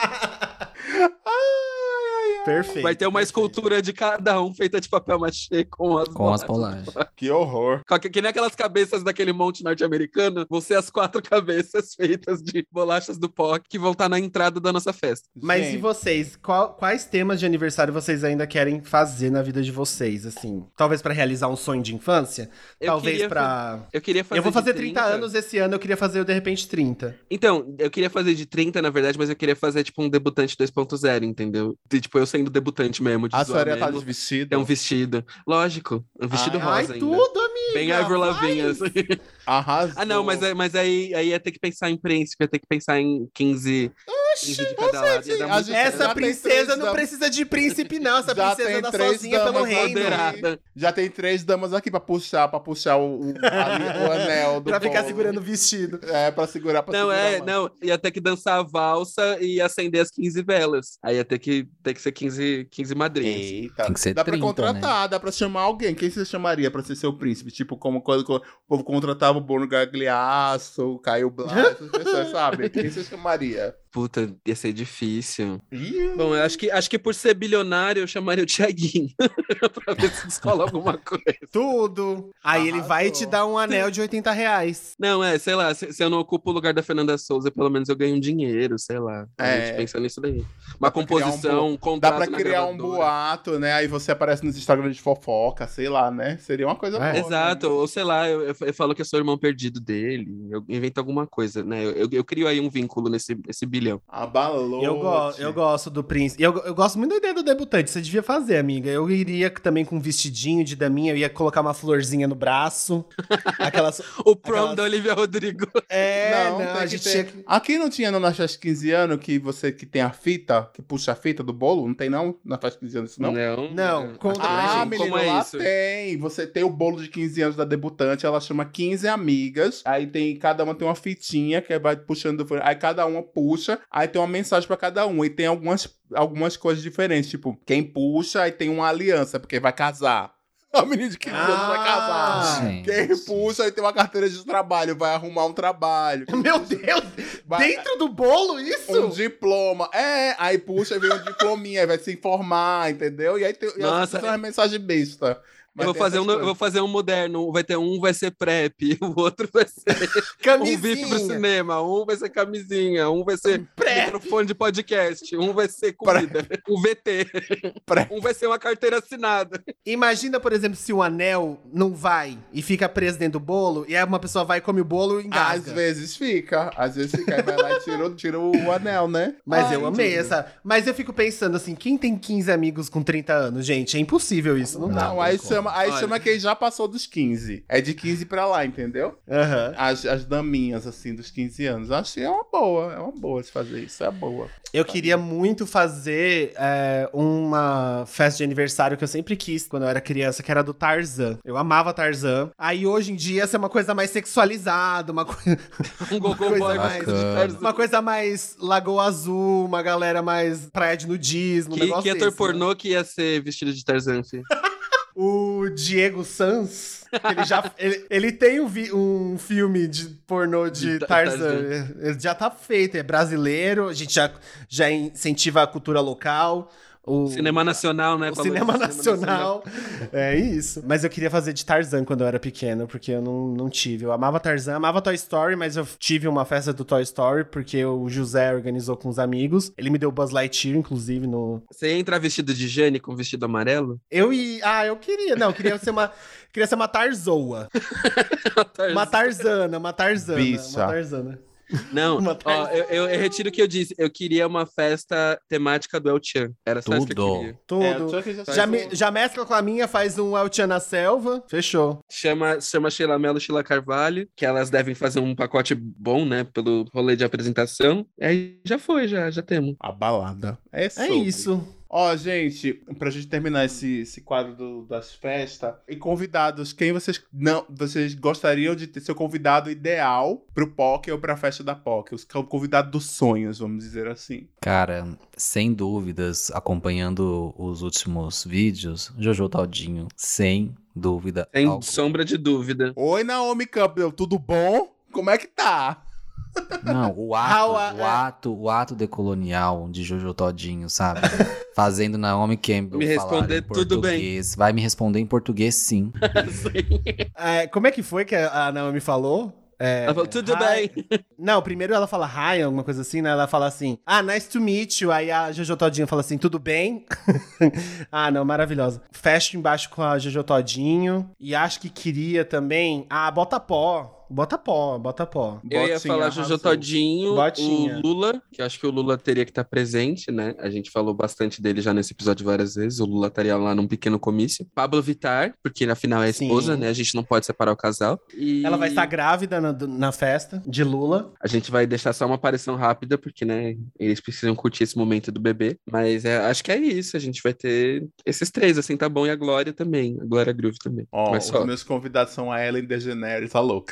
Perfeito. Vai ter uma escultura de cada um feita de papel machê com as com as bolachas. bolachas. Que horror. Que, que nem aquelas cabeças daquele monte norte-americano, vão ser as quatro cabeças feitas de bolachas do P O C que vão estar na entrada da nossa festa. Mas Gente, e vocês? Qual- quais temas de aniversário vocês ainda querem fazer na vida de vocês, assim? Talvez pra realizar um sonho de infância? Eu Talvez queria pra... Eu queria fazer Eu vou de fazer trinta anos esse ano, eu queria fazer o De Repente trinta. Então, eu queria fazer de trinta, na verdade, mas eu queria fazer, tipo, um debutante dois ponto zero, entendeu? E, tipo, eu sendo debutante mesmo, de A zoar senhora tá de mesmo. vestido. É um vestido. Lógico, um vestido Ai, rosa Ai, ainda. tudo, amiga! Bem Ivor Lavigne, vai! assim. Arrasou. Ah, não, mas, é- mas aí, aí ia ter que pensar em príncipe, ia ter que pensar em quinze, quinze de cada lado. Ia dar a muito gente- Essa Já tem princesa três não damas. precisa de príncipe, não. Essa Já princesa tem anda três sozinha pelo damas reino. moderada. Já tem três damas aqui pra puxar, pra puxar o, o, ali, o anel do Pra ficar bolo. segurando o vestido. É, pra segurar, pra Não, segurar é, lá. não, ia ter que dançar a valsa e acender as quinze velas. Aí ia ter que, ter que ser quinze, quinze madrinhas. Eita. Tem que ser dá pra trinta, contratar, dá pra chamar alguém. Quem você chamaria pra ser seu príncipe? Tipo, como quando, quando o povo contratava o Bruno Gagliasso, o Caio Blas, essas pessoas, sabe? Quem você chamaria? Puta, ia ser difícil. Ih, Bom, eu acho que, acho que por ser bilionário, eu chamaria o Thiaguinho. pra ver se descola alguma coisa. Tudo. Aí ele vai Arrasou. te dar um anel de oitenta reais. Não, é, sei lá, se, se eu não ocupo o lugar da Fernanda Souza, pelo menos eu ganho um dinheiro, sei lá. A É. gente pensa nisso daí. pra Uma criar um composição, um, Dá contrato pra na criar um gravadora. boato, né? Aí você aparece nos Instagram de fofoca, sei lá, né? Seria uma coisa É. boa. Exato, né? ou sei lá, eu, eu, eu falo que eu sou o irmão perdido dele, eu invento alguma coisa, né? Eu, eu, eu crio aí um vínculo nesse, nesse bilhão. Abalou. Eu, go eu gosto do príncipe. Eu, eu gosto muito da ideia do debutante. Você devia fazer, amiga. Eu iria também com um vestidinho de daminha. Eu ia colocar uma florzinha no braço. Aquelas. O prom Aquelas- da Olivia Rodrigo. É, não, tem a que gente ter. tinha que. Aqui não tinha no na festa de quinze anos que você que tem a fita, que puxa a fita do bolo? Não tem não? Na festa de quinze anos isso não? Não, Não, conta pra Ah, gente, menino, como é lá isso? tem. Você tem o bolo de quinze anos da debutante, ela chama quinze amigas. Aí tem, cada uma tem uma fitinha que vai puxando. do- Aí cada uma puxa, aí tem uma mensagem pra cada um. E tem algumas, algumas coisas diferentes, tipo, quem puxa, aí tem uma aliança, porque vai casar. A menina de quinze anos vai casar. gente. Quem puxa aí tem uma carteira de trabalho, vai arrumar um trabalho. Meu Deus! Vai- Dentro do bolo, isso? Um diploma. É, aí puxa e vem um diplominha, aí vai se informar, entendeu? E aí tem e Nossa. essa é uma mensagem besta. Eu vou, tem fazer um, essas eu vou fazer um moderno. Vai ter um vai ser prep, o outro vai ser um V I P pro Camisinha. cinema, um vai ser camisinha, um vai ser microfone de podcast, um vai ser comida, um V T, Prep. um vai ser uma carteira assinada. Imagina, por exemplo, se o anel não vai e fica preso dentro do bolo, e aí uma pessoa vai, come o bolo e Às engasga. vezes fica, às vezes fica, aí vai lá e tira, o- tira o anel, né? Mas Ai, eu amei tudo. essa. Mas eu fico pensando assim, quem tem quinze amigos com trinta anos, gente? É impossível isso, não dá. Não, aí tem chama, aí Olha. chama quem já passou dos quinze. É de quinze pra lá, entendeu? Aham. As, as daminhas, assim, dos quinze anos. Acho que é uma boa, é uma boa de fazer isso, é boa. Eu queria muito fazer é, uma festa de aniversário que eu sempre quis quando eu era criança, que era do Tarzan. Eu amava Tarzan. Aí hoje em dia essa é uma coisa mais sexualizada, uma coisa. Um Gogo Coisa Boy mais- vestido de Tarzan. Uma coisa mais Lagoa Azul, uma galera mais praia de nudismo, um Que, negócio que ator desse, né? pornô que ia ser vestido de Tarzan, filho? O Diego Sans, ele já ele, ele tem um, vi- um filme de pornô de De Ta- Tarzan. Tarzan. Ele já tá feito, é brasileiro, a gente já, já incentiva a cultura local. O Cinema nacional, né? o Falando de cinema nacional. É isso. Mas eu queria fazer de Tarzan quando eu era pequeno, porque eu não, não tive. Eu amava Tarzan, amava Toy Story, mas eu tive uma festa do Toy Story, porque o José organizou com os amigos. Ele me deu Buzz Lightyear, inclusive, no... Você entra vestido de Jane com vestido amarelo? Eu e... Ah, eu queria. Não, eu queria ser uma... Queria ser uma Tarzoa. Uma Tarzana, uma Tarzana. Bicha. Uma Tarzana. Não, Uma ó, Tarzan. eu, eu, eu retiro o que eu disse. Eu queria uma festa temática do El Chan. Era só isso que eu Tudo. queria. Tudo. É, só que já já, faz me- um- já mescla com a minha, faz um El Chan na selva. Fechou. Chama, chama Sheila Mello e Sheila Carvalho, que elas devem fazer um pacote bom, né? Pelo rolê de apresentação. Aí já foi, já, já temos. A balada. É, É sobre. isso. Ó, gente, pra gente terminar esse, esse quadro do- das festas, e convidados, quem vocês não vocês gostariam de ter seu convidado ideal pro P O C ou pra festa da P O C? Os o convidado dos sonhos, vamos dizer assim. Cara, sem dúvidas, acompanhando os últimos vídeos, Jojo Todinho, sem dúvida. Sem alguma. sombra de dúvida. Oi, Naomi Campbell, tudo bom? Como é que tá? Não, o ato, How a- o ato, o ato decolonial de Jojo Todinho, sabe? Fazendo Naomi Campbell Me falar responder em tudo bem. português. Vai me responder em português, sim. É, como é que foi que a a Naomi falou? É, Ela falou, tudo hi. bem. Não, primeiro ela fala hi, alguma coisa assim, né? Ela fala assim, ah, nice to meet you. Aí a Jojo Todinho fala assim, tudo bem? Ah, não, maravilhosa. Fecho embaixo com a Jojo Todinho. E acho que queria também, ah, bota pó. Bota pó, bota pó. Eu ia Botinha falar Jojo arrasou. Todinho, Botinha. o Lula, que eu acho que o Lula teria que estar presente, né? A gente falou bastante dele já nesse episódio várias vezes. O Lula estaria lá num pequeno comício. Pablo Vittar, porque afinal é a Sim. esposa, né? A gente não pode separar o casal. E Ela vai estar grávida na, na festa de Lula. a gente vai deixar só uma aparição rápida, porque, né, eles precisam curtir esse momento do bebê. Mas é, acho que é isso. A gente vai ter esses três, assim, tá bom. E a Glória também. A Glória Groove também. Ó, Mas só. os meus convidados são a Ellen DeGeneres, a louca.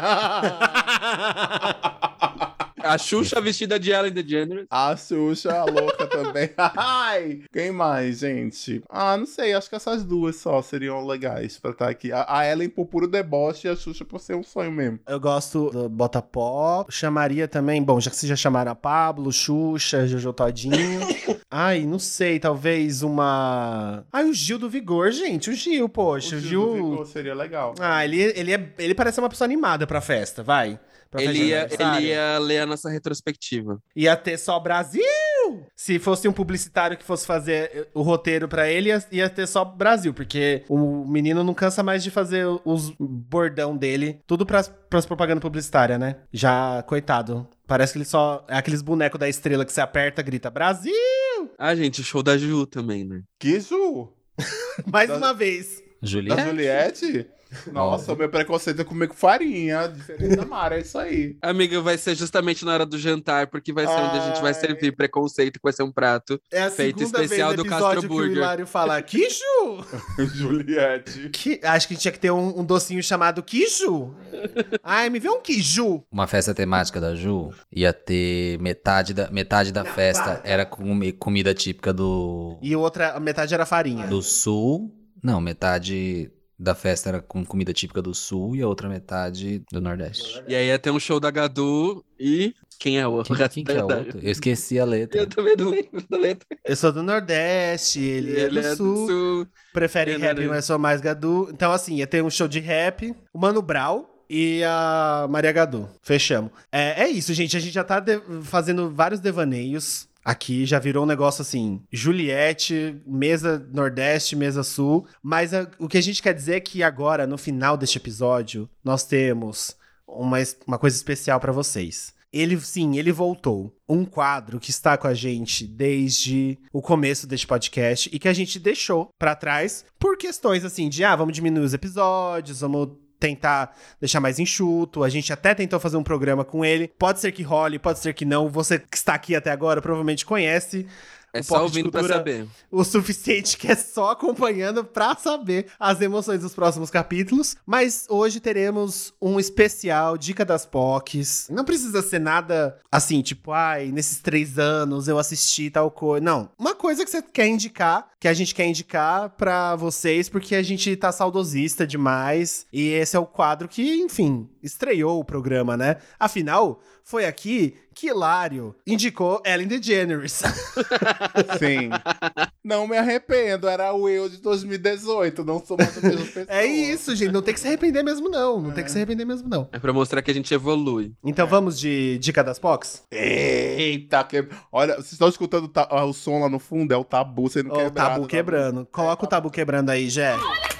A Xuxa vestida de Ellen DeGeneres. A Xuxa, a louca também. Ai, quem mais, gente? Ah, não sei, acho que essas duas só seriam legais pra estar aqui. A, a Ellen por puro deboche e a Xuxa por ser um sonho mesmo. Eu gosto do Bota Pó. Chamaria também, bom, já que vocês já chamaram a Pablo, Xuxa, Jojo Todinho. Ai, não sei, talvez uma... Ai, o Gil do Vigor, gente, o Gil, poxa, o O Gil... Gil do Vigor seria legal. Ah, ele, ele, é, ele parece uma pessoa animada pra festa, vai. Pra festa de Ele ia, aniversário. ele ia ler a nossa retrospectiva. Ia ter só Brasil! Se fosse um publicitário que fosse fazer o roteiro pra ele, ia, ia ter só Brasil, porque o menino não cansa mais de fazer os bordão dele, tudo pras, pras propagandas publicitárias, né? Já, coitado. Parece que ele só... É aqueles bonecos da estrela que você aperta, grita Brasil! Ah, gente, o show da Ju também, né? Que Ju? Mais Da- uma vez. Da Juliette? Juliette? Nossa, o meu preconceito é comer com farinha, diferente da Mara, é isso aí. Amiga, vai ser justamente na hora do jantar, porque vai ser onde a gente vai Ai. servir preconceito, que vai ser um prato. É a Feito segunda especial vez no do episódio Castro que o Burger. Hilário fala Quiju! Juliette. Que, acho que tinha que ter um, um docinho chamado Quiju. Ai, me vê um Quiju. Uma festa temática da Ju ia ter metade da, metade da festa era comi- comida típica do, E outra, a metade era farinha. do sul, Não, metade da festa era com comida típica do sul e a outra metade do Nordeste. E aí ia ter um show da Gadu e... Quem é o outro? Quem, quem que é o outro? Eu esqueci a letra. Eu também não lembro da letra. Eu sou do Nordeste, ele, é, do, sul, sul. prefere Eu não rap, lembro. mas sou mais Gadu. Então, assim, ia ter um show de rap, o Mano Brown e a Maria Gadu. Fechamos. É, é isso, gente. A gente já tá de- fazendo vários devaneios aqui. Já virou um negócio assim, Juliette, mesa Nordeste, mesa Sul. Mas a- o que a gente quer dizer é que agora, no final deste episódio, nós temos uma, es- uma coisa especial pra vocês. Ele, sim, ele voltou. Um quadro que está com a gente desde o começo deste podcast e que a gente deixou pra trás por questões assim de, ah, vamos diminuir os episódios, vamos tentar deixar mais enxuto. A gente até tentou fazer um programa com ele. Pode ser que role, pode ser que não. Você que está aqui até agora provavelmente conhece É o só Pocket ouvindo pra Cultura saber. o suficiente que é só acompanhando pra saber as emoções dos próximos capítulos. Mas hoje teremos um especial Dica das Pocs. Não precisa ser nada assim, tipo, ai, nesses três anos eu assisti tal coisa. Não, uma coisa que você quer indicar, que a gente quer indicar pra vocês, porque a gente tá saudosista demais. E esse é o quadro que, enfim, estreou o programa, né? Afinal, foi aqui que Hilário indicou Ellen DeGeneres. Sim. Não me arrependo, era o eu de dois mil e dezoito, não sou mais a mesma pessoa. É isso, gente. Não tem que se arrepender mesmo, não. Não tem que se arrepender mesmo, não. É pra mostrar que a gente evolui. Então vamos de Dica das Pocs? Eita, que... olha, vocês estão escutando o, ta- ah, o som lá no fundo? É o tabu sendo Ó, o quebrado. tabu quebrando. Coloca o tabu quebrando aí, Jé.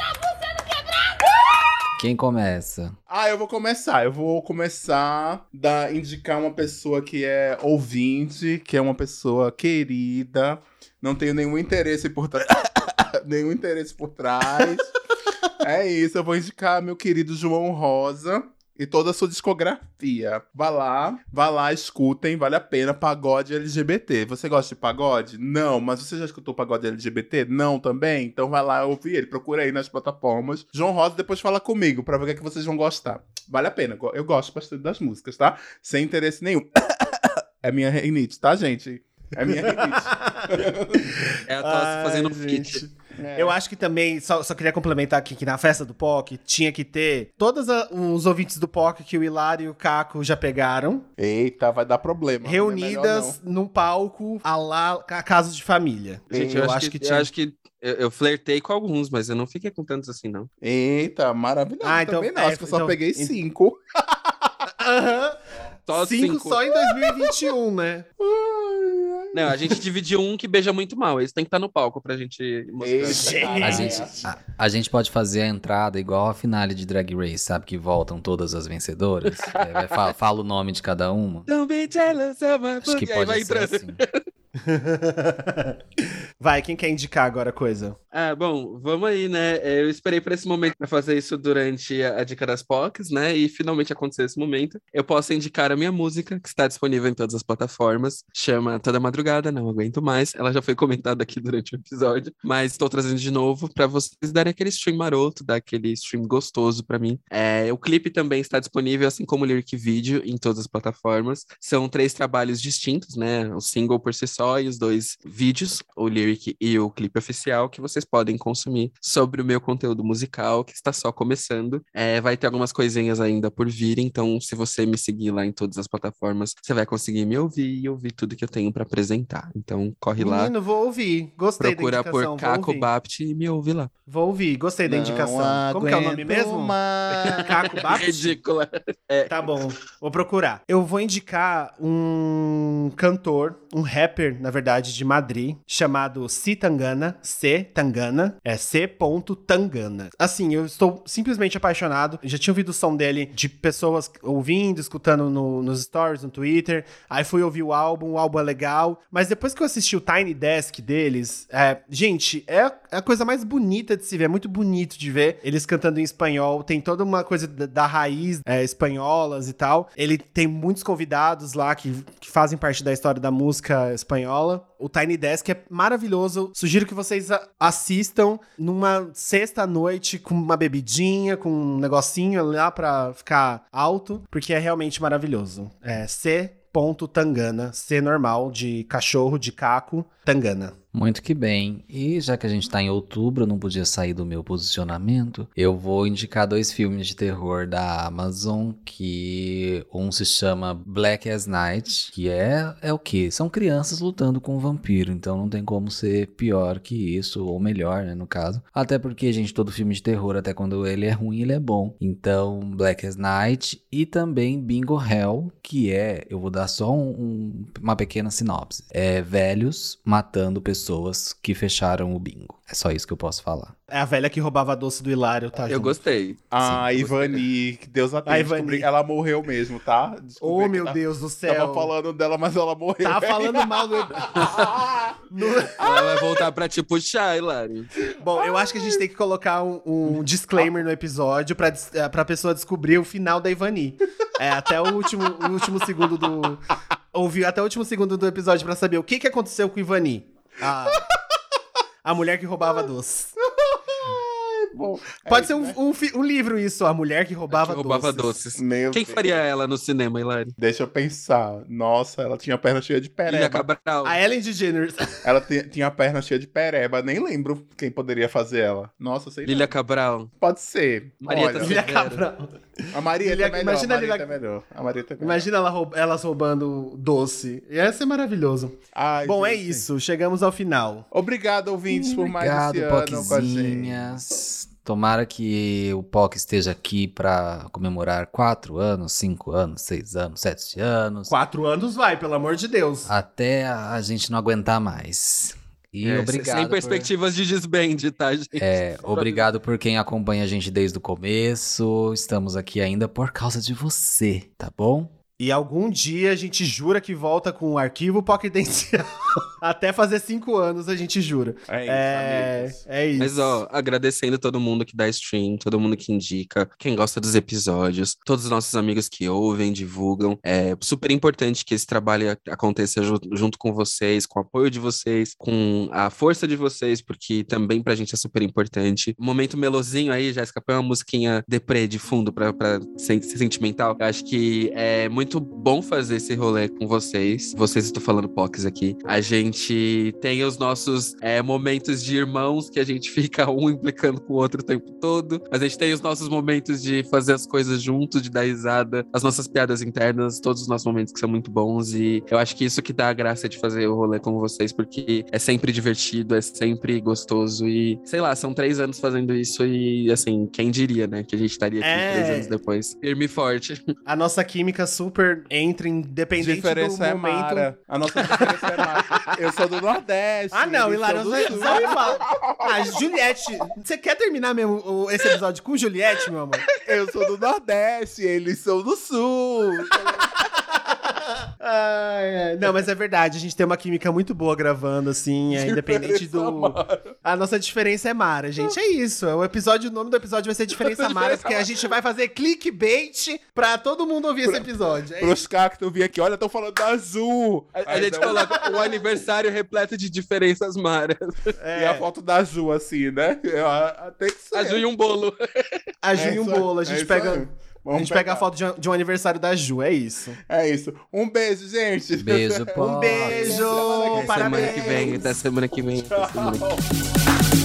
Quem começa? Ah, eu vou começar. Eu vou começar a indicar uma pessoa que é ouvinte, que é uma pessoa querida. Não tenho nenhum interesse por trás. nenhum interesse por trás. É isso, eu vou indicar meu querido João Rosa e toda a sua discografia. Vá lá, vá lá, escutem, vale a pena. Pagode L G B T. Você gosta de pagode? Não, mas você já escutou pagode L G B T? Não também? Então vai lá ouvir ele, procura aí nas plataformas. João Rosa, depois fala comigo pra ver o que, é que vocês vão gostar. Vale a pena, eu gosto bastante das músicas, tá? Sem interesse nenhum. É minha rinite, tá, gente? É minha rinite. É a tosse Ai, fazendo gente. fit. Eu acho que também, só, só queria complementar aqui, que na festa do P O C tinha que ter todos a- os ouvintes do P O C que o Hilário e o Caco já pegaram, Eita, vai dar problema. reunidas num palco a lá a casa de família. Gente, eu, acho, que, eu tinha. acho que eu, eu flertei com alguns, mas eu não fiquei com tantos assim, não. Eita, maravilhoso. Ah, então- também não, é, acho que eu só então- peguei en- cinco. Aham. Só Cinco cinco. só em dois mil e vinte e um, né? Não, a gente dividiu um que beija muito mal. Esse tem que estar no palco pra gente mostrar. Eita, A gente, a, a gente pode fazer a entrada igual a finale de Drag Race, sabe? Que voltam todas as vencedoras. É, vai, fala, fala o nome de cada uma. Don't be jealous of my Acho que book. Aí vai pode ser entrando. assim. Vai, quem quer indicar agora a coisa? Ah, bom, vamos aí, né? É, Eu esperei por esse momento pra fazer isso durante a, a Dica das Pocs, né? E finalmente aconteceu esse momento. Eu posso indicar a minha música, que está disponível em todas as plataformas. Chama Toda Madrugada, Não Aguento Mais. Ela já foi comentada aqui durante o episódio, mas estou trazendo de novo pra vocês darem aquele stream maroto, dar aquele stream gostoso pra mim. É, o clipe também está disponível, assim como o lyric video, em todas as plataformas. São três trabalhos distintos, né? O single por si só e os dois vídeos, o lyric e o clipe oficial, que vocês podem consumir sobre o meu conteúdo musical, que está só começando. É, vai ter algumas coisinhas ainda por vir, então se você me seguir lá em todas as plataformas, você vai conseguir me ouvir e ouvir tudo que eu tenho pra apresentar. Então corre lá, Menino, vou ouvir. Gostei procura da por indicação. Vou Caco ouvir. Bapt e me ouve lá. Vou ouvir, gostei da indicação. Como que é o nome mesmo? Caco Bapt? Ridícula. Tá bom, vou procurar. Eu vou indicar um cantor, um rapper, na verdade, de Madrid, chamado C Tangana, C Tangana, é C. Tangana. Assim, eu estou simplesmente apaixonado. Já tinha ouvido o som dele de pessoas ouvindo, escutando no- nos stories, no Twitter. Aí fui ouvir o álbum, o álbum é legal. Mas depois que eu assisti o Tiny Desk deles, é, gente, é a coisa mais bonita de se ver. É muito bonito de ver eles cantando em espanhol. Tem toda uma coisa da, da raiz é, espanholas e tal. Ele tem muitos convidados lá que, que fazem parte da história da música espanhola. O Tiny Desk é maravilhoso. Sugiro que vocês a- assistam numa sexta-noite com uma bebidinha, com um negocinho lá pra ficar alto, porque é realmente maravilhoso. É C. Tangana, C normal, de cachorro, de caco, Tangana. Muito que bem. E já que a gente tá em outubro, eu não podia sair do meu posicionamento. Eu vou indicar dois filmes de terror da Amazon, que um se chama Black as Night, que é, é o quê? São crianças lutando com um vampiro, então não tem como ser pior que isso, ou melhor, né, no caso. Até porque, gente, todo filme de terror, até quando ele é ruim, ele é bom. Então, Black as Night e também Bingo Hell, que é, eu vou dar só um, um, uma pequena sinopse. É velhos matando pessoas pessoas que fecharam o bingo. É só isso que eu posso falar. É a velha que roubava doce do Hilário, tá? Eu junto. gostei. Ah, Sim, Ivani, que Deus a tenha. A Ivani. Descobri- Ela morreu mesmo, tá? Descobri Oh, que meu tá- Deus do céu. Tava falando dela, mas ela morreu. Tá falando mal do... No- Ela vai voltar pra te puxar, Hilário. Bom, eu acho que a gente tem que colocar um, um disclaimer no episódio pra, des- eh, pra pessoa descobrir o final da Ivani. É, até o último, o último segundo do... Ouvir até o último segundo do episódio pra saber o que, que aconteceu com Ivani. A, a mulher que roubava doce. Bom, é Pode isso, ser um, né? um, fi- um livro isso, A Mulher que Roubava, Que roubava Doces. doces. Meu Quem Deus. faria ela no cinema, Hilário? Deixa eu pensar. Nossa, ela tinha a perna cheia de Lilia pereba. Cabral. A Ellen DeGeneres. Ela ti- tinha a perna cheia de pereba. Nem lembro quem poderia fazer ela. Nossa, sei Lilia não. Cabral. Pode ser. Marieta Olha, Lilia Severo. Cabral. a Marieta Lilia- é melhor. imagina a a Marieta Lilia- é melhor. A Marieta é melhor. Imagina ela roub- elas roubando doce. Ia ser maravilhoso. Ai, Bom, é gente. isso. Chegamos ao final. Obrigado, ouvintes, por mais Obrigado, esse ano com a gente. Poquezinhas. Tomara que o P O C esteja aqui pra comemorar quatro anos, cinco anos, seis anos, sete anos. Quatro anos vai, pelo amor de Deus. Até a gente não aguentar mais. E É, obrigado. Sem por- perspectivas de desband, tá, gente? É, obrigado por quem acompanha a gente desde o começo. Estamos aqui ainda por causa de você, tá bom? E algum dia a gente jura que volta com o arquivo Poquidencial. Até fazer cinco anos a gente jura. É isso, É, amigos. é isso. Mas, ó, agradecendo todo mundo que dá stream, todo mundo que indica, quem gosta dos episódios, todos os nossos amigos que ouvem, divulgam. É super importante que esse trabalho a- aconteça ju- junto com vocês, com o apoio de vocês, com a força de vocês, porque também pra gente é super importante. Um momento melosinho aí, Jéssica, põe uma musiquinha deprê de fundo pra, pra ser, ser sentimental. Eu acho que é muito bom fazer esse rolê com vocês. Vocês, estou falando P O Cs aqui. A gente tem os nossos é, momentos de irmãos que a gente fica um implicando com o outro o tempo todo. A gente tem os nossos momentos de fazer as coisas juntos, de dar risada, as nossas piadas internas, todos os nossos momentos que são muito bons. E eu acho que isso que dá a graça de fazer o rolê com vocês, porque é sempre divertido, é sempre gostoso. E sei lá, são três anos fazendo isso e assim, quem diria, né? Que a gente estaria aqui É. três anos depois. Firme e forte. A nossa química super entra independente Diferença do é momento. Mara. A nossa diferença é Mara. Eu sou do Nordeste. Ah, não, eles Hilário, são do só, Sul. só me fala. Ah, Juliette. Você quer terminar mesmo o- esse episódio com Juliette, meu amor? Eu sou do Nordeste, eles são do Sul. Ai, ai. Não, mas é verdade, a gente tem uma química muito boa gravando, assim, é independente do. A nossa diferença é Mara, gente. É isso. O episódio, o nome do episódio vai ser Diferença Mara, porque a gente vai fazer clickbait pra todo mundo ouvir esse episódio. É isso. Pros caras que estão vindo aqui, olha, estão falando da Azul. A, a Aí gente dá- coloca o aniversário repleto de diferenças maras. É, E a foto da Azul, assim, né? Eu, a- tem que ser. A Ju e um bolo. a Ju É e um isso aí, bolo. A é gente isso pega. aí. A Vamos gente pega a pegar. foto de um, de um aniversário da Ju, é isso. É isso. Um beijo, gente. Beijo, P O C. Um beijo, Até semana parabéns. que vem, até semana que vem. Até semana que vem. Tchau.